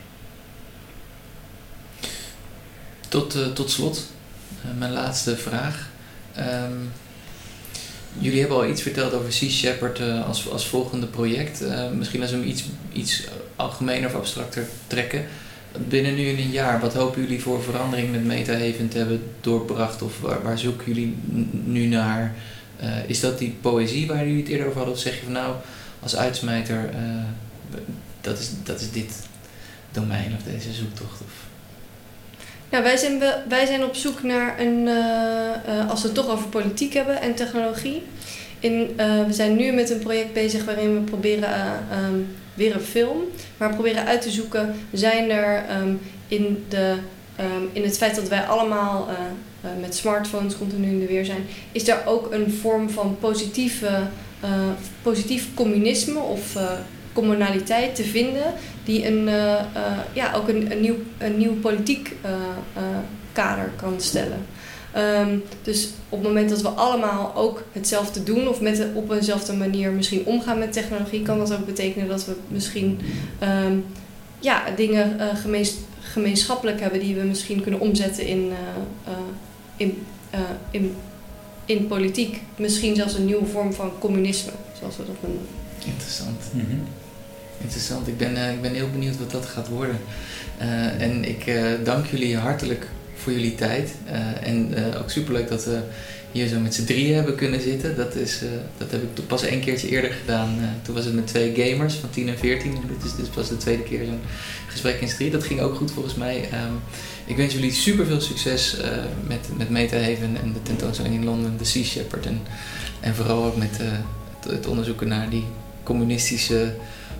Tot, uh, tot slot, uh, mijn laatste vraag. Um, jullie hebben al iets verteld over Sea Shepherd uh, als, als volgende project. Uh, misschien als we hem iets, iets algemener of abstracter trekken. Binnen nu in een jaar, wat hopen jullie voor verandering met MetaHaven te hebben doorbracht? Of waar, waar zoeken jullie n- nu naar? Uh, is dat die poëzie waar jullie het eerder over hadden? Of zeg je van nou, als uitsmijter, uh, dat, is, dat is dit domein of deze zoektocht? Of... Nou, wij zijn, be- wij zijn op zoek naar een, uh, uh, als we het toch over politiek hebben en technologie. In, uh, we zijn nu met een project bezig waarin we proberen uh, um, weer een film, maar we proberen uit te zoeken, zijn er um, in, de, um, in het feit dat wij allemaal uh, uh, met smartphones continu in de weer zijn, is er ook een vorm van positieve, uh, positief communisme of uh, communaliteit te vinden die een, uh, uh, ja, ook een, een, nieuw, een nieuw politiek uh, uh, kader kan stellen. Um, dus op het moment dat we allemaal ook hetzelfde doen of met de, op eenzelfde manier misschien omgaan met technologie, kan dat ook betekenen dat we misschien um, ja, dingen uh, gemeens, gemeenschappelijk hebben die we misschien kunnen omzetten in, uh, uh, in, uh, in, in politiek. Misschien zelfs een nieuwe vorm van communisme, zoals we dat noemen. Interessant. Mm-hmm. Interessant. Ik ben, uh, ik ben heel benieuwd wat dat gaat worden. Uh, en ik uh, dank jullie hartelijk voor jullie tijd. Uh, en uh, ook superleuk dat we hier zo met z'n drieën hebben kunnen zitten. Dat, is, uh, dat heb ik pas één keertje eerder gedaan. Uh, toen was het met twee gamers van tien en veertien. En dit is dus pas de tweede keer zo'n gesprek in z'n drieën. Dat ging ook goed volgens mij. Um, ik wens jullie super veel succes uh, met, met MetaHaven en de tentoonstelling in Londen, de Sea Shepherd. En, en vooral ook met uh, het, het onderzoeken naar die communistische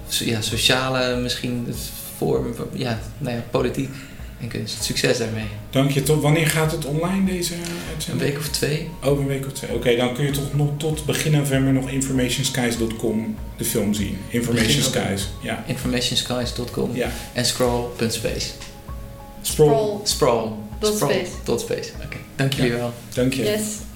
ja, sociale misschien vorm, ja, nou ja, politiek en kunst. Succes daarmee. Dank je. Tot wanneer gaat het online, deze Een uitzending? week of twee. Over een week of twee. Oké, okay, dan kun je toch nog tot begin november nog information skies dot com de film zien. Information Skies, ja. information skies dot com ja. en scroll dot space. Sprawl. Sprawl. Dot space. Dot space. Oké, okay. Dank jullie ja. wel. Dank je. Yes.